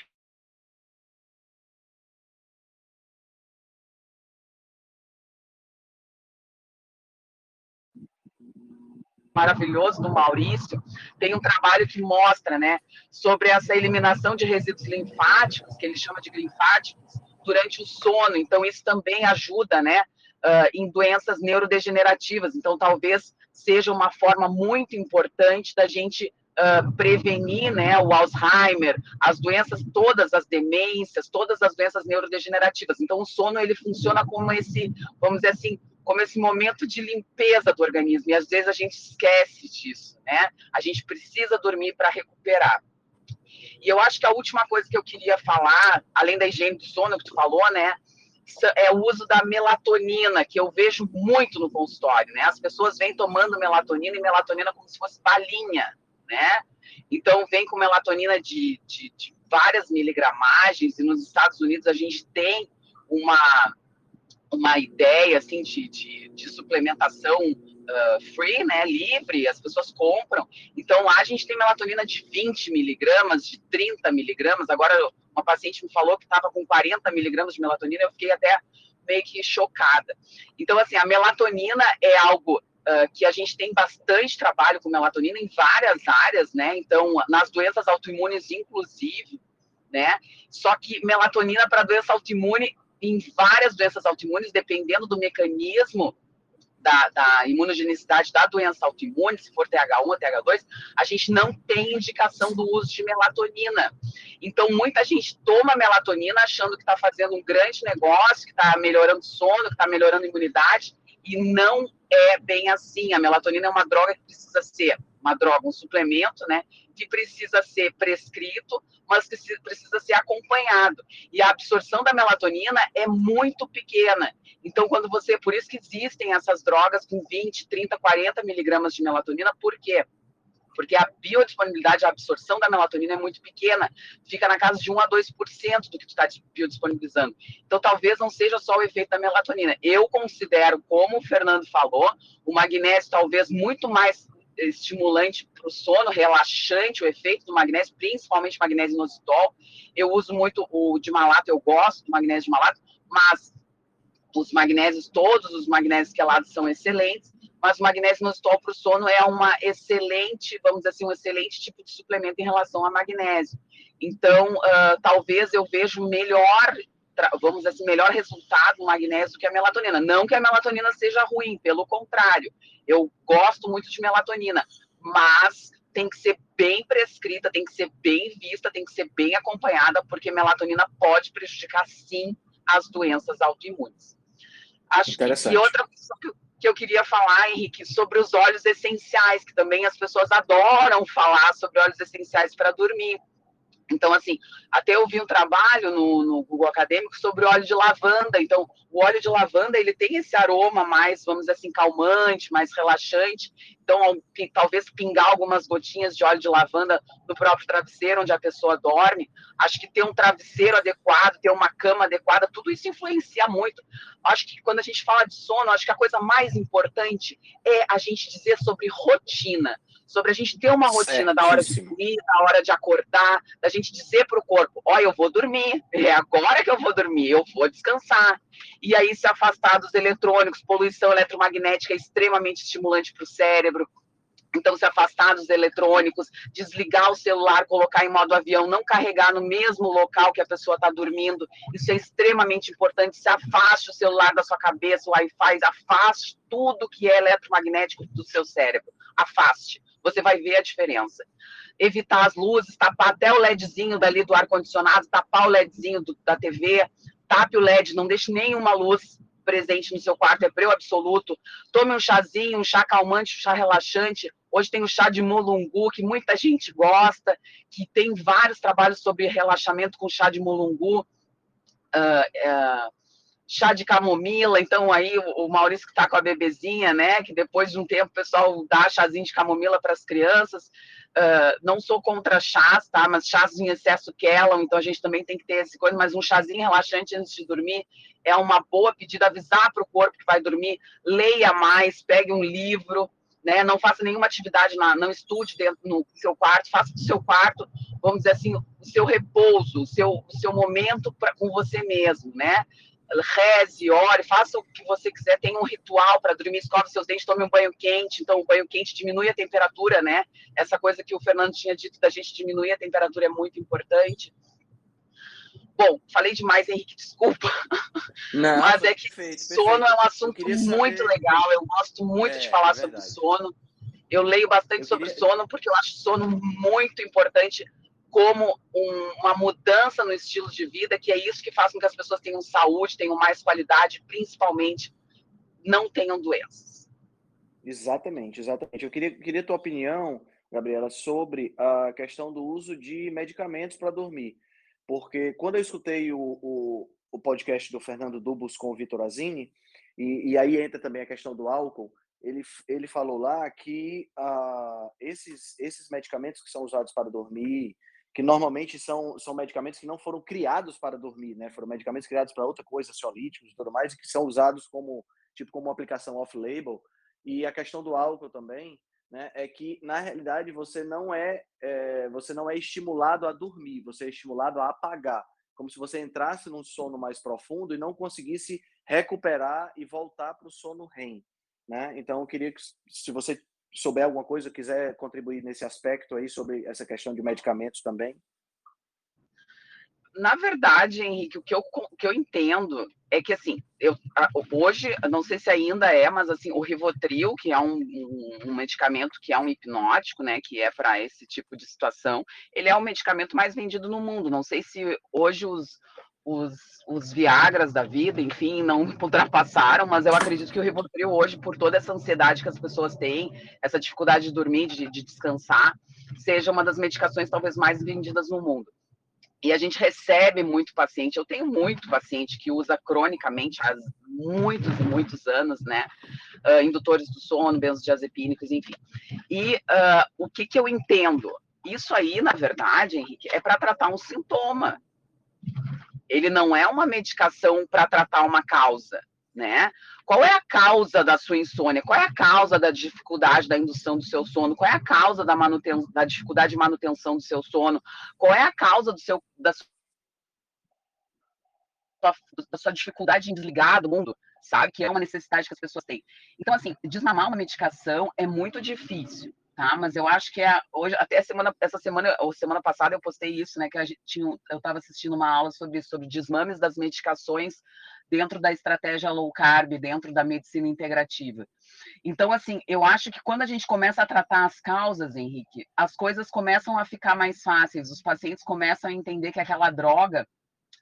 maravilhoso do Maurício, tem um trabalho que mostra, né, sobre essa eliminação de resíduos linfáticos, que ele chama de linfáticos, durante o sono. Então, isso também ajuda, né, uh, em doenças neurodegenerativas. Então, talvez seja uma forma muito importante da gente uh, prevenir, né, o Alzheimer, as doenças, todas as demências, todas as doenças neurodegenerativas. Então, o sono, ele funciona como esse, vamos dizer assim, como esse momento de limpeza do organismo, e às vezes a gente esquece disso, né? A gente precisa dormir para recuperar. E eu acho que a última coisa que eu queria falar, além da higiene do sono que tu falou, né, é o uso da melatonina, que eu vejo muito no consultório, né? As pessoas vêm tomando melatonina, e melatonina como se fosse balinha, né? Então, vem com melatonina de, de, de várias miligramagens, e nos Estados Unidos a gente tem uma... uma ideia assim de, de, de suplementação uh, free, né, livre, as pessoas compram. Então lá a gente tem melatonina de vinte miligramas, de trinta miligramas. Agora uma paciente me falou que estava com quarenta miligramas de melatonina, eu fiquei até meio que chocada. Então assim, a melatonina é algo uh, que a gente tem bastante trabalho com melatonina em várias áreas, né, então nas doenças autoimunes inclusive, né, só que melatonina para doença autoimune, em várias doenças autoimunes, dependendo do mecanismo da, da imunogenicidade da doença autoimune, se for T H um ou T H dois, a gente não tem indicação do uso de melatonina. Então, muita gente toma melatonina achando que está fazendo um grande negócio, que está melhorando o sono, que está melhorando a imunidade, e não é bem assim. A melatonina é uma droga que precisa ser uma droga, um suplemento, né, que precisa ser prescrito, mas que precisa ser acompanhado. E a absorção da melatonina é muito pequena. Então, quando você... Por isso que existem essas drogas com vinte, trinta, quarenta miligramas de melatonina. Por quê? Porque a biodisponibilidade, a absorção da melatonina é muito pequena. Fica na casa de um a dois por cento do que tu está biodisponibilizando. Então, talvez não seja só o efeito da melatonina. Eu considero, como o Fernando falou, o magnésio talvez muito mais estimulante para o sono, relaxante, o efeito do magnésio, principalmente magnésio inositol. Eu uso muito o de malato, eu gosto do magnésio de malato, mas os magnésios, todos os magnésios quelados são excelentes, mas o magnésio inositol para o sono é uma excelente, vamos dizer assim, um excelente tipo de suplemento em relação a magnésio. Então, uh, talvez eu veja melhor, vamos dizer assim, melhor resultado do magnésio do que a melatonina. Não que a melatonina seja ruim, pelo contrário. Eu gosto muito de melatonina, mas tem que ser bem prescrita, tem que ser bem vista, tem que ser bem acompanhada, porque melatonina pode prejudicar, sim, as doenças autoimunes. Acho que, e outra coisa que eu queria falar, Henrique, sobre os óleos essenciais, que também as pessoas adoram falar sobre óleos essenciais para dormir. Então, assim, até eu vi um trabalho no, no Google Acadêmico sobre óleo de lavanda. Então, o óleo de lavanda, ele tem esse aroma mais, vamos dizer assim, calmante, mais relaxante. Então, talvez pingar algumas gotinhas de óleo de lavanda no próprio travesseiro onde a pessoa dorme. Acho que ter um travesseiro adequado, ter uma cama adequada, tudo isso influencia muito. Acho que quando a gente fala de sono, acho que a coisa mais importante é a gente dizer sobre rotina. Sobre a gente ter uma rotina da hora de dormir, da hora de acordar, da gente dizer para o corpo, ó, eu vou dormir, é agora que eu vou dormir, eu vou descansar. E aí se afastar dos eletrônicos, poluição eletromagnética é extremamente estimulante para o cérebro. Então, se afastar dos eletrônicos, desligar o celular, colocar em modo avião, não carregar no mesmo local que a pessoa está dormindo, isso é extremamente importante. Se afaste o celular da sua cabeça, o Wi-Fi, afaste tudo que é eletromagnético do seu cérebro, afaste. Você vai ver a diferença. Evitar as luzes, tapar até o LEDzinho dali do ar-condicionado, tapar o LEDzinho do, da T V, tape o L E D, não deixe nenhuma luz presente no seu quarto, é breu absoluto. Tome um chazinho, um chá calmante, um chá relaxante. Hoje tem o chá de mulungu, que muita gente gosta, que tem vários trabalhos sobre relaxamento com chá de mulungu. Uh, uh, chá de camomila, então aí o Maurício que está com a bebezinha, né, que depois de um tempo o pessoal dá chazinho de camomila para as crianças, uh, não sou contra chás, tá, mas chás em excesso quelam, então a gente também tem que ter esse coisa, mas um chazinho relaxante antes de dormir é uma boa pedida, avisar para o corpo que vai dormir, leia mais, pegue um livro, né, não faça nenhuma atividade, na, não estude dentro no seu quarto, faça do seu quarto, vamos dizer assim, o seu repouso, o seu, o seu momento pra, com você mesmo, né, reze, ore, faça o que você quiser, tenha um ritual para dormir, escove seus dentes, tome um banho quente, então o banho quente diminui a temperatura, né, essa coisa que o Fernando tinha dito da gente diminuir a temperatura é muito importante. Bom, falei demais, Henrique, desculpa, Não, mas é que perfeito, sono perfeito. é um assunto muito saber... legal, eu gosto muito é, de falar é sobre sono, eu leio bastante eu sobre queria... sono, porque eu acho sono muito importante, como um, uma mudança no estilo de vida, que é isso que faz com que as pessoas tenham saúde, tenham mais qualidade, principalmente não tenham doenças. Exatamente, exatamente. Eu queria, queria tua opinião, Gabriela, sobre a questão do uso de medicamentos para dormir. Porque quando eu escutei o, o, o podcast do Fernando Dubos com o Vitor Azini, e, e aí entra também a questão do álcool, ele, ele falou lá que uh, esses, esses medicamentos que são usados para dormir, que normalmente são, são medicamentos que não foram criados para dormir, né? Foram medicamentos criados para outra coisa, ansiolíticos e tudo mais, e que são usados como, tipo, como uma aplicação off-label. E a questão do álcool também, né, é que, na realidade, você não é, é, você não é estimulado a dormir, você é estimulado a apagar, como se você entrasse num sono mais profundo e não conseguisse recuperar e voltar para o sono R E M. Né? Então, eu queria que, se você souber alguma coisa, quiser contribuir nesse aspecto aí sobre essa questão de medicamentos também. Na verdade, Henrique, o que eu, o que eu entendo é que, assim, eu, hoje, não sei se ainda é, mas, assim, o Rivotril, que é um, um, um medicamento que é um hipnótico, né, que é para esse tipo de situação, ele é o medicamento mais vendido no mundo. Não sei se hoje os, os, os Viagras da vida, enfim, não ultrapassaram, mas eu acredito que o Rivotril hoje, por toda essa ansiedade que as pessoas têm, essa dificuldade de dormir, de, de descansar, seja uma das medicações talvez mais vendidas no mundo. E a gente recebe muito paciente, eu tenho muito paciente que usa cronicamente há muitos e muitos anos, né, uh, indutores do sono, benzodiazepínicos, enfim. E uh, o que que eu entendo? Isso aí, na verdade, Henrique, é para tratar um sintoma. Ele não é uma medicação para tratar uma causa, né? Qual é a causa da sua insônia? Qual é a causa da dificuldade da indução do seu sono? Qual é a causa da, manuten da dificuldade de manutenção do seu sono? Qual é a causa do seu, da, sua, da sua dificuldade em desligar do mundo? Sabe? Que é uma necessidade que as pessoas têm. Então, assim, desmamar uma medicação é muito difícil. Tá, mas eu acho que é hoje, até semana, essa semana, ou semana passada, eu postei isso, né? Que a gente tinha, eu estava assistindo uma aula sobre, sobre desmames das medicações dentro da estratégia low carb, dentro da medicina integrativa. Então, assim, eu acho que quando a gente começa a tratar as causas, Henrique, as coisas começam a ficar mais fáceis, os pacientes começam a entender que aquela droga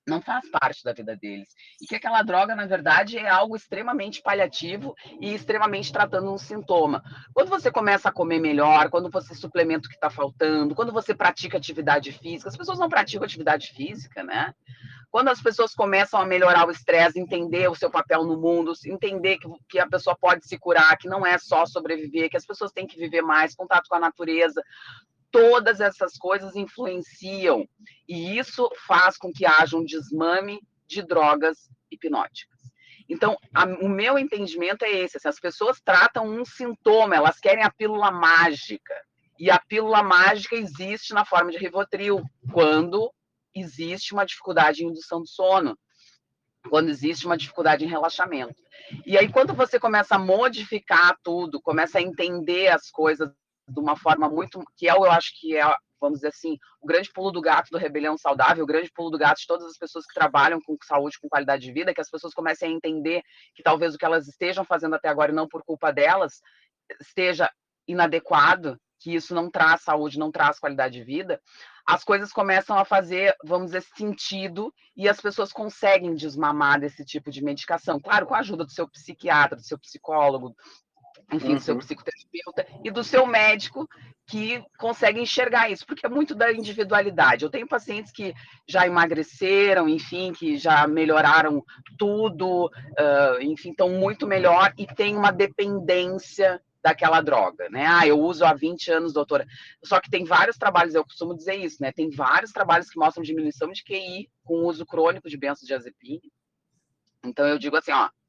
não faz parte da vida deles. E que aquela droga, na verdade, é algo extremamente paliativo e extremamente tratando um sintoma. Quando você começa a comer melhor, quando você suplementa o que está faltando, quando você pratica atividade física, as pessoas não praticam atividade física, né? Quando as pessoas começam a melhorar o estresse, entender o seu papel no mundo, entender que, que a pessoa pode se curar, que não é só sobreviver, que as pessoas têm que viver mais, contato com a natureza, todas essas coisas influenciam, e isso faz com que haja um desmame de drogas hipnóticas. Então, a, o meu entendimento é esse, assim, as pessoas tratam um sintoma, elas querem a pílula mágica, e a pílula mágica existe na forma de Rivotril, quando existe uma dificuldade em indução do sono, quando existe uma dificuldade em relaxamento. E aí, quando você começa a modificar tudo, começa a entender as coisas de uma forma muito, que é, eu acho que é, vamos dizer assim, o grande pulo do gato do Rebelião Saudável, o grande pulo do gato de todas as pessoas que trabalham com saúde, com qualidade de vida, que as pessoas comecem a entender que talvez o que elas estejam fazendo até agora, e não por culpa delas, esteja inadequado, que isso não traz saúde, não traz qualidade de vida, as coisas começam a fazer, vamos dizer, sentido, e as pessoas conseguem desmamar desse tipo de medicação. Claro, com a ajuda do seu psiquiatra, do seu psicólogo, enfim, uhum. do seu psicoterapeuta e do seu médico, que consegue enxergar isso, porque é muito da individualidade. Eu tenho pacientes que já emagreceram, enfim, que já melhoraram tudo, uh, enfim, estão muito melhor e tem uma dependência daquela droga, né? Ah, eu uso há vinte anos, doutora. Só que tem vários trabalhos, eu costumo dizer isso, né? Tem vários trabalhos que mostram diminuição de Q I com o uso crônico de benzodiazepina. Então, eu digo assim, ó,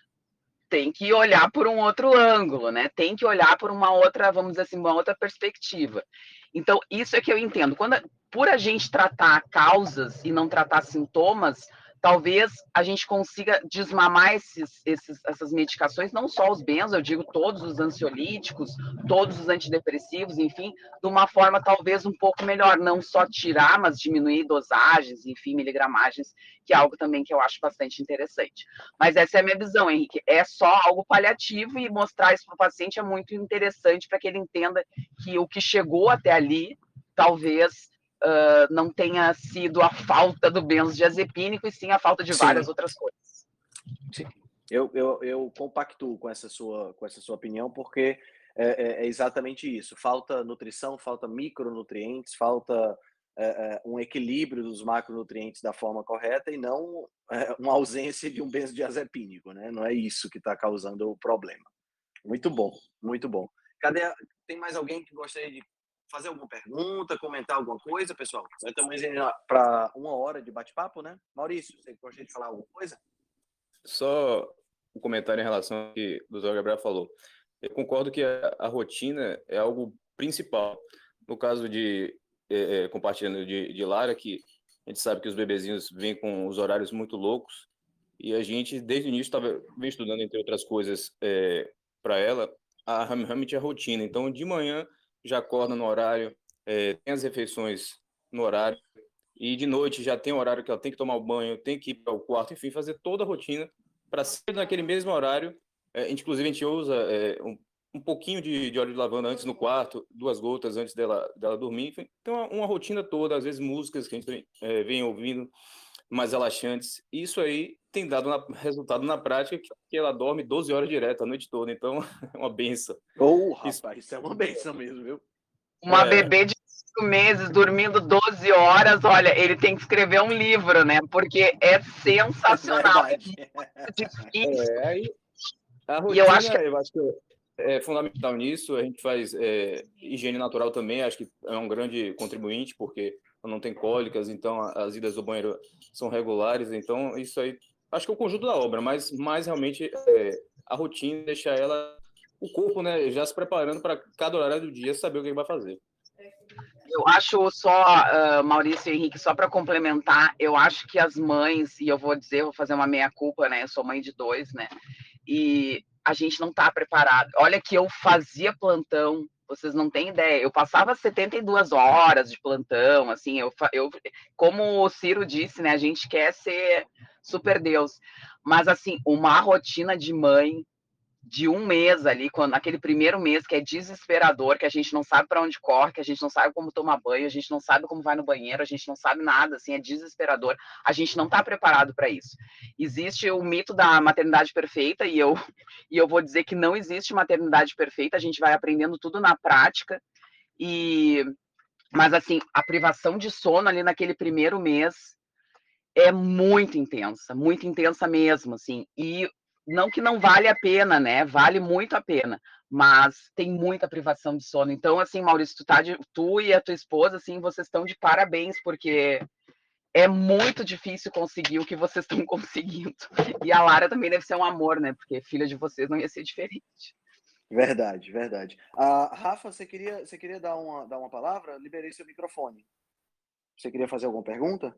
tem que olhar por um outro ângulo, né? Tem que olhar por uma outra, vamos dizer assim, uma outra perspectiva. Então, isso é que eu entendo. Quando, por a gente tratar causas e não tratar sintomas, talvez a gente consiga desmamar esses, esses, essas medicações, não só os benzos, eu digo todos os ansiolíticos, todos os antidepressivos, enfim, de uma forma talvez um pouco melhor, não só tirar, mas diminuir dosagens, enfim, miligramagens, que é algo também que eu acho bastante interessante. Mas essa é a minha visão, Henrique, é só algo paliativo e mostrar isso para o paciente é muito interessante para que ele entenda que o que chegou até ali, talvez Uh, não tenha sido a falta do benzodiazepínico, e sim a falta de sim. várias outras coisas. Sim, eu, eu, eu compactuo com essa sua, com essa sua opinião, porque é, é exatamente isso. Falta nutrição, falta micronutrientes, falta é, é, um equilíbrio dos macronutrientes da forma correta e não é, uma ausência de um benzodiazepínico, né? Não é isso que está causando o problema. Muito bom, muito bom. Cadê? A... Tem mais alguém que gostaria de fazer alguma pergunta, comentar alguma coisa, pessoal? Nós estamos indo para uma hora de bate-papo, né? Maurício, você gostaria de falar alguma coisa? Só um comentário em relação ao que o doutor Gabriel falou. Eu concordo que a, a rotina é algo principal. No caso de, é, compartilhando de, de Lara, que a gente sabe que os bebezinhos vêm com os horários muito loucos, e a gente, desde o início, estava vem estudando, entre outras coisas, é, para ela, a, realmente a rotina. Então, de manhã, já acorda no horário, é, tem as refeições no horário, e de noite já tem o horário que ela tem que tomar o banho, tem que ir para o quarto, enfim, fazer toda a rotina para ser naquele mesmo horário. É, inclusive, a gente usa é, um, um pouquinho de, de óleo de lavanda antes no quarto, duas gotas antes dela, dela dormir. Enfim, então, uma, uma rotina toda, às vezes músicas que a gente é, vem ouvindo, mais relaxantes. Isso aí tem dado na, resultado na prática que, que ela dorme doze horas direto a noite toda, então é uma benção. Oh, rapaz, isso, isso é uma benção mesmo, viu? Uma é... bebê de cinco meses dormindo doze horas, olha, ele tem que escrever um livro, né? Porque é sensacional. É muito difícil. É, aí, a rotina, e eu acho que... eu acho que é fundamental nisso. A gente faz é, higiene natural também, acho que é um grande contribuinte, porque não tem cólicas, então as idas do banheiro são regulares, então isso aí, acho que é o conjunto da obra, mas mais realmente é, a rotina deixa ela, o corpo, né, já se preparando para cada horário do dia, saber o que ele vai fazer. Eu acho só, uh, Maurício e Henrique, só para complementar, eu acho que as mães, e eu vou dizer, vou fazer uma meia-culpa, né, eu sou mãe de dois, né, e a gente não está preparado. Olha que eu fazia plantão, vocês não têm ideia, eu passava setenta e duas horas de plantão, assim, eu, eu, como o Ciro disse, né, a gente quer ser super Deus, mas assim, uma rotina de mãe de um mês ali, quando aquele primeiro mês que é desesperador, que a gente não sabe para onde corre, que a gente não sabe como tomar banho, a gente não sabe como vai no banheiro, a gente não sabe nada, assim, é desesperador. A gente não está preparado para isso. Existe o mito da maternidade perfeita e eu e eu vou dizer que não existe maternidade perfeita, a gente vai aprendendo tudo na prática. E mas assim, a privação de sono ali naquele primeiro mês é muito intensa, muito intensa mesmo, assim. E não que não vale a pena, né? Vale muito a pena, mas tem muita privação de sono. Então, assim, Maurício, tu, tá de, tu e a tua esposa, assim, vocês estão de parabéns, porque é muito difícil conseguir o que vocês estão conseguindo. E a Lara também deve ser um amor, né? Porque filha de vocês não ia ser diferente. Verdade, verdade. Ah, Rafa, você queria, você queria dar uma, dar uma palavra? Liberei seu microfone. Você queria fazer alguma pergunta?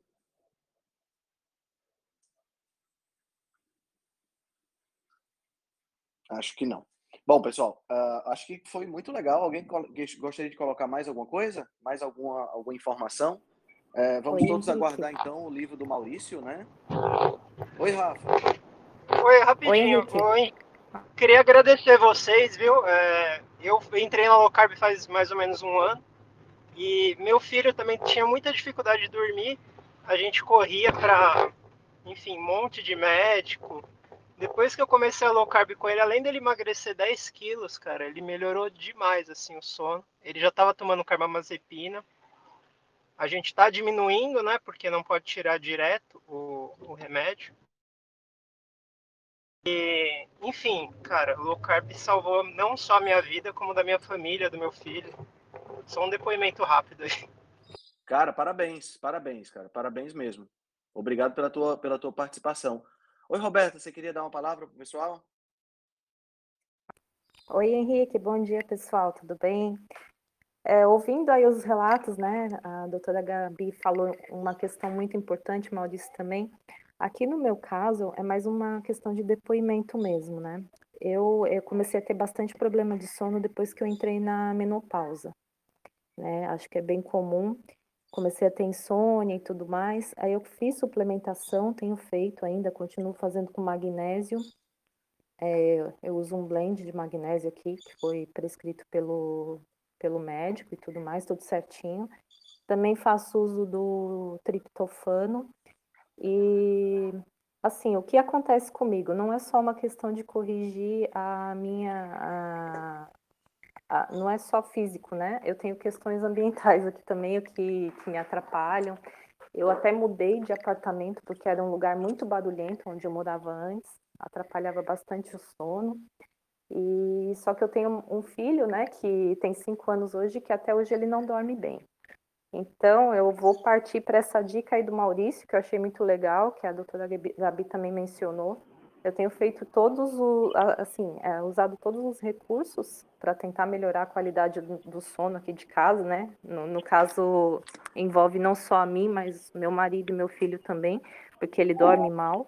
Acho que não. Bom, pessoal, uh, acho que foi muito legal. Alguém gostaria de colocar mais alguma coisa? Mais alguma, alguma informação? Uh, vamos Oi, todos Henrique. aguardar, então, o livro do Maurício, né? Oi, Rafa. Oi, rapidinho. Oi, Oi. Queria agradecer vocês, viu? É, eu entrei na Low Carb faz mais ou menos um ano. E meu filho também tinha muita dificuldade de dormir. A gente corria para, enfim, um monte de médico. Depois que eu comecei a low carb com ele, além dele emagrecer dez quilos, cara, ele melhorou demais, assim, o sono. Ele já tava tomando carbamazepina. A gente tá diminuindo, né, porque não pode tirar direto o, o remédio. E, enfim, cara, o low carb salvou não só a minha vida, como da minha família, do meu filho. Só um depoimento rápido aí. Cara, parabéns, parabéns, cara, parabéns mesmo. Obrigado pela tua, pela tua participação. Oi, Roberta, você queria dar uma palavra pro pessoal? Oi, Henrique, bom dia, pessoal, tudo bem? É, ouvindo aí os relatos, né, a doutora Gabi falou uma questão muito importante, Maurício também. Aqui no meu caso, é mais uma questão de depoimento mesmo, né? Eu, eu comecei a ter bastante problema de sono depois que eu entrei na menopausa, né? Acho que é bem comum. Comecei a ter insônia e tudo mais. Aí eu fiz suplementação, tenho feito ainda, continuo fazendo com magnésio. É, eu uso um blend de magnésio aqui, que foi prescrito pelo, pelo médico e tudo mais, tudo certinho. Também faço uso do triptofano. E, assim, o que acontece comigo? Não é só uma questão de corrigir a minha... A, a, não é só físico, né? Eu tenho questões ambientais aqui também, o que, que me atrapalham. Eu até mudei de apartamento, porque era um lugar muito barulhento, onde eu morava antes. Atrapalhava bastante o sono. E só que eu tenho um filho, né, que tem cinco anos hoje, que até hoje ele não dorme bem. Então, eu vou partir para essa dica aí do Maurício, que eu achei muito legal, que a doutora Gabi também mencionou. Eu tenho feito todos os, assim, é, usado todos os recursos para tentar melhorar a qualidade do, do sono aqui de casa, né? No, no caso, envolve não só a mim, mas meu marido e meu filho também, porque ele dorme mal.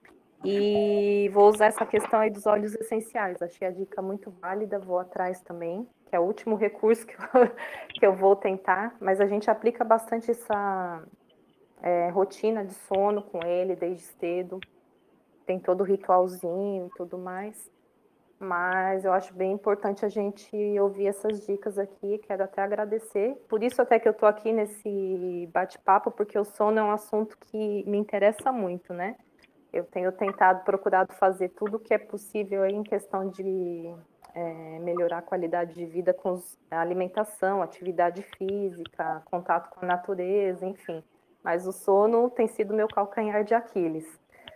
E vou usar essa questão aí dos óleos essenciais. Achei a dica muito válida, vou atrás também, que é o último recurso que eu, que eu vou tentar. Mas a gente aplica bastante essa é, rotina de sono com ele desde cedo. Tem todo o ritualzinho e tudo mais. Mas eu acho bem importante a gente ouvir essas dicas aqui. Quero até agradecer. Por isso até que eu estou aqui nesse bate-papo, porque o sono é um assunto que me interessa muito, né? Eu tenho tentado, procurado fazer tudo o que é possível aí em questão de é, melhorar a qualidade de vida com os, a alimentação, atividade física, contato com a natureza, enfim. Mas o sono tem sido meu calcanhar de Aquiles.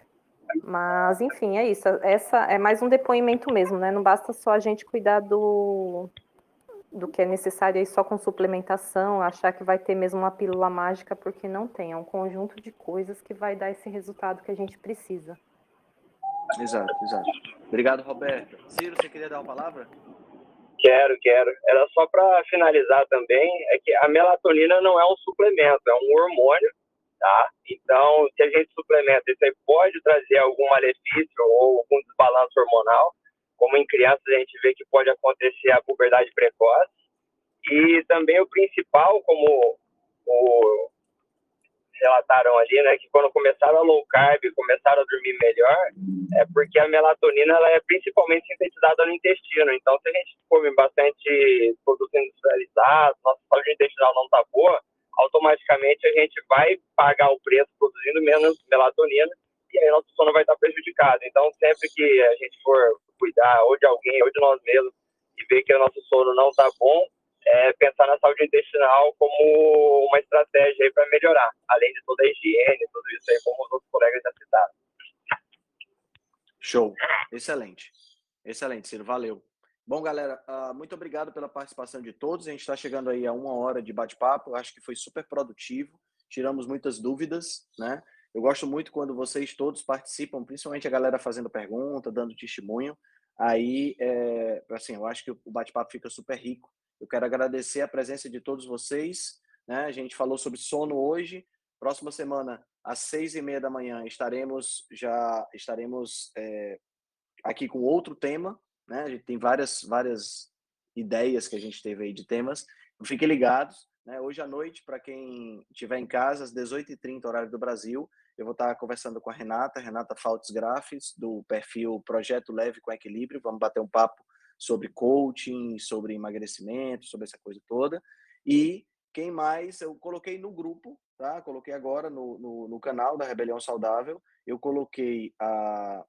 Mas, enfim, é isso. Essa é mais um depoimento mesmo, né? Não basta só a gente cuidar do, do que é necessário aí só com suplementação, achar que vai ter mesmo uma pílula mágica, porque não tem. É um conjunto de coisas que vai dar esse resultado que a gente precisa. Exato, exato. Obrigado, Roberta. Ciro, você queria dar uma palavra? Quero, quero. Era só para finalizar também, é que a melatonina não é um suplemento, é um hormônio, tá? Então, se a gente suplementa, isso aí pode trazer algum malefício ou algum desbalanço hormonal, como em crianças a gente vê que pode acontecer a puberdade precoce. E também o principal, como o relataram ali, né, que quando começaram a low carb, começaram a dormir melhor, é porque a melatonina ela é principalmente sintetizada no intestino. Então, se a gente come bastante produtos industrializados, nossa saúde intestinal não está boa, automaticamente a gente vai pagar o preço produzindo menos melatonina e aí nosso sono vai estar prejudicado. Então, sempre que a gente for cuidar ou de alguém ou de nós mesmos e ver que o nosso sono não está bom, é pensar na saúde intestinal como uma estratégia aí para melhorar, além de toda a higiene, tudo isso aí, como os outros colegas já citaram. Show. Excelente. Excelente, Ciro. Valeu. Bom, galera, uh, muito obrigado pela participação de todos. A gente está chegando aí a uma hora de bate-papo. Acho que foi super produtivo. Tiramos muitas dúvidas, né? Eu gosto muito quando vocês todos participam, principalmente a galera fazendo pergunta, dando testemunho. Aí, é, assim, eu acho que o bate-papo fica super rico. Eu quero agradecer a presença de todos vocês, né? A gente falou sobre sono hoje. Próxima semana, às seis e meia da manhã, estaremos já estaremos é, aqui com outro tema, né? A gente tem várias várias ideias que a gente teve aí de temas. Fiquem ligados, né? Hoje à noite, para quem estiver em casa, às dezoito e trinta, horário do Brasil, eu vou estar conversando com a Renata, Renata Faltz Grafes, do perfil Projeto Leve com Equilíbrio. Vamos bater um papo sobre coaching, sobre emagrecimento, sobre essa coisa toda. E quem mais? Eu coloquei no grupo, tá? Coloquei agora no, no, no canal da Rebelião Saudável. Eu coloquei a,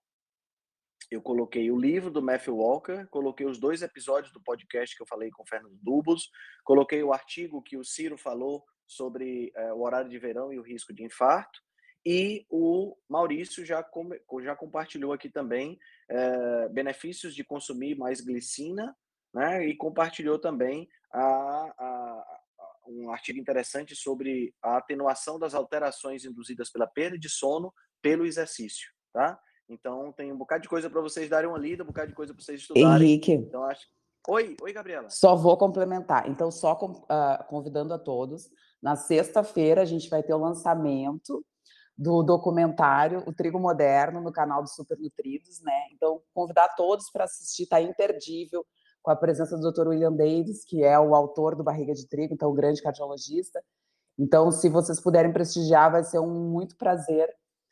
eu coloquei o livro do Matthew Walker, coloquei os dois episódios do podcast que eu falei com o Fernando Dubos, coloquei o artigo que o Ciro falou sobre é, o horário de verão e o risco de infarto. E o Maurício já, com, já compartilhou aqui também é, benefícios de consumir mais glicina, né? E compartilhou também a, a, a, um artigo interessante sobre a atenuação das alterações induzidas pela perda de sono pelo exercício, tá? Então, tem um bocado de coisa para vocês darem uma lida, um bocado de coisa para vocês estudarem. Henrique. Então, acho... Oi, oi, Gabriela. Só vou complementar. Então, só uh, convidando a todos, na sexta-feira a gente vai ter o lançamento do documentário O Trigo Moderno no canal do Super Nutridos, né? Então, convidar todos para assistir, tá imperdível, com a presença do doutor William Davis, que é o autor do Barriga de Trigo, então, o grande cardiologista. Então, se vocês puderem prestigiar, vai ser um muito prazer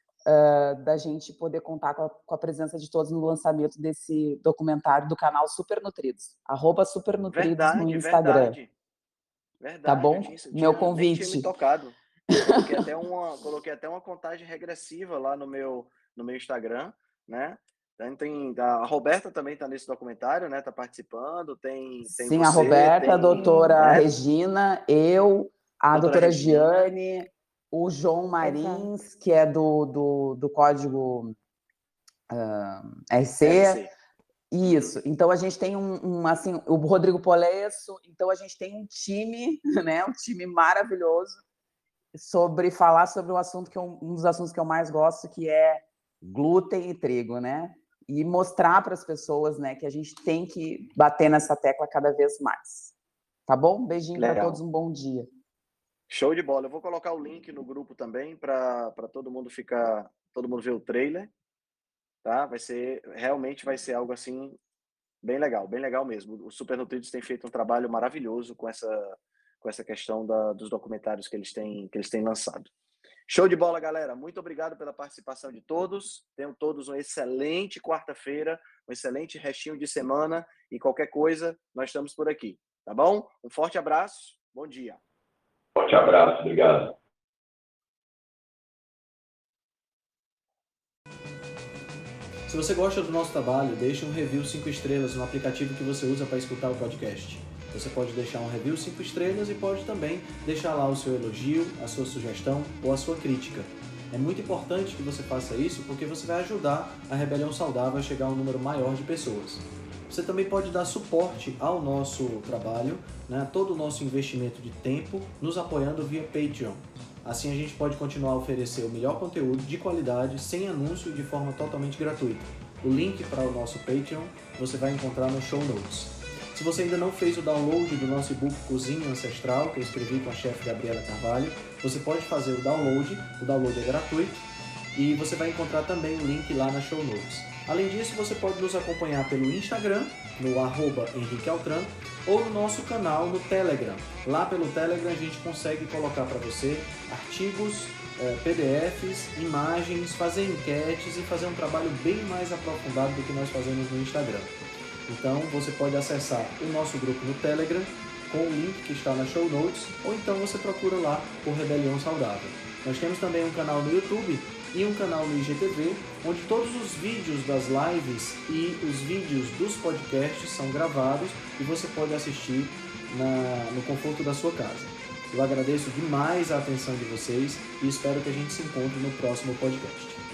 uh, da gente poder contar com a, com a presença de todos no lançamento desse documentário do canal Super Nutridos, arroba Super Nutridos verdade, no Instagram. Verdade. Verdade. Tá bom? Tinha, Meu tinha, convite. Nem tinha me tocado. Coloquei até, uma, coloquei até uma contagem regressiva lá no meu, no meu Instagram, né? Tem, a Roberta também está nesse documentário, né? Está participando, tem, tem Sim, você, a Roberta, tem, a doutora né? Regina, eu, a doutora, doutora Regina. Giane, o João Marins, que é do, do, do código uh, R C. R C. Isso. Então, a gente tem um, um, assim, o Rodrigo Polesso, então a gente tem um time, né? Um time maravilhoso, sobre falar sobre um assunto que eu, um dos assuntos que eu mais gosto, que é glúten e trigo, né? E mostrar para as pessoas, né, que a gente tem que bater nessa tecla cada vez mais. Tá bom? Beijinho para todos, um bom dia. Show de bola. Eu vou colocar o link no grupo também para para todo mundo ficar, todo mundo ver o trailer, tá? Vai ser realmente vai ser algo assim bem legal, bem legal mesmo. O Super Nutridos tem feito um trabalho maravilhoso com essa com essa questão da, dos documentários que eles têm que eles têm lançado. Show de bola, galera. Muito obrigado pela participação de todos. Tenham todos uma excelente quarta-feira, um excelente restinho de semana e qualquer coisa, nós estamos por aqui, tá bom? Um forte abraço. Bom dia. Forte abraço. Obrigado. Se você gosta do nosso trabalho, deixe um review cinco estrelas no aplicativo que você usa para escutar o podcast. Você pode deixar um review cinco estrelas e pode também deixar lá o seu elogio, a sua sugestão ou a sua crítica. É muito importante que você faça isso porque você vai ajudar a Rebelião Saudável a chegar a um número maior de pessoas. Você também pode dar suporte ao nosso trabalho, né, todo o nosso investimento de tempo, nos apoiando via Patreon. Assim a gente pode continuar a oferecer o melhor conteúdo de qualidade, sem anúncio e de forma totalmente gratuita. O link para o nosso Patreon você vai encontrar no show notes. Se você ainda não fez o download do nosso e-book Cozinha Ancestral, que eu escrevi com a chefe Gabriela Carvalho, você pode fazer o download, o download é gratuito, e você vai encontrar também o link lá na show notes. Além disso, você pode nos acompanhar pelo Instagram, no arroba Henrique Altran, ou no nosso canal no Telegram. Lá pelo Telegram a gente consegue colocar para você artigos é, P D Fs, imagens, fazer enquetes e fazer um trabalho bem mais aprofundado do que nós fazemos no Instagram. Então você pode acessar o nosso grupo no Telegram com o link que está nas show notes, ou então você procura lá por Rebelião Saudável. Nós temos também um canal no YouTube e um canal no I G T V, onde todos os vídeos das lives e os vídeos dos podcasts são gravados e você pode assistir na, no conforto da sua casa. Eu agradeço demais a atenção de vocês e espero que a gente se encontre no próximo podcast.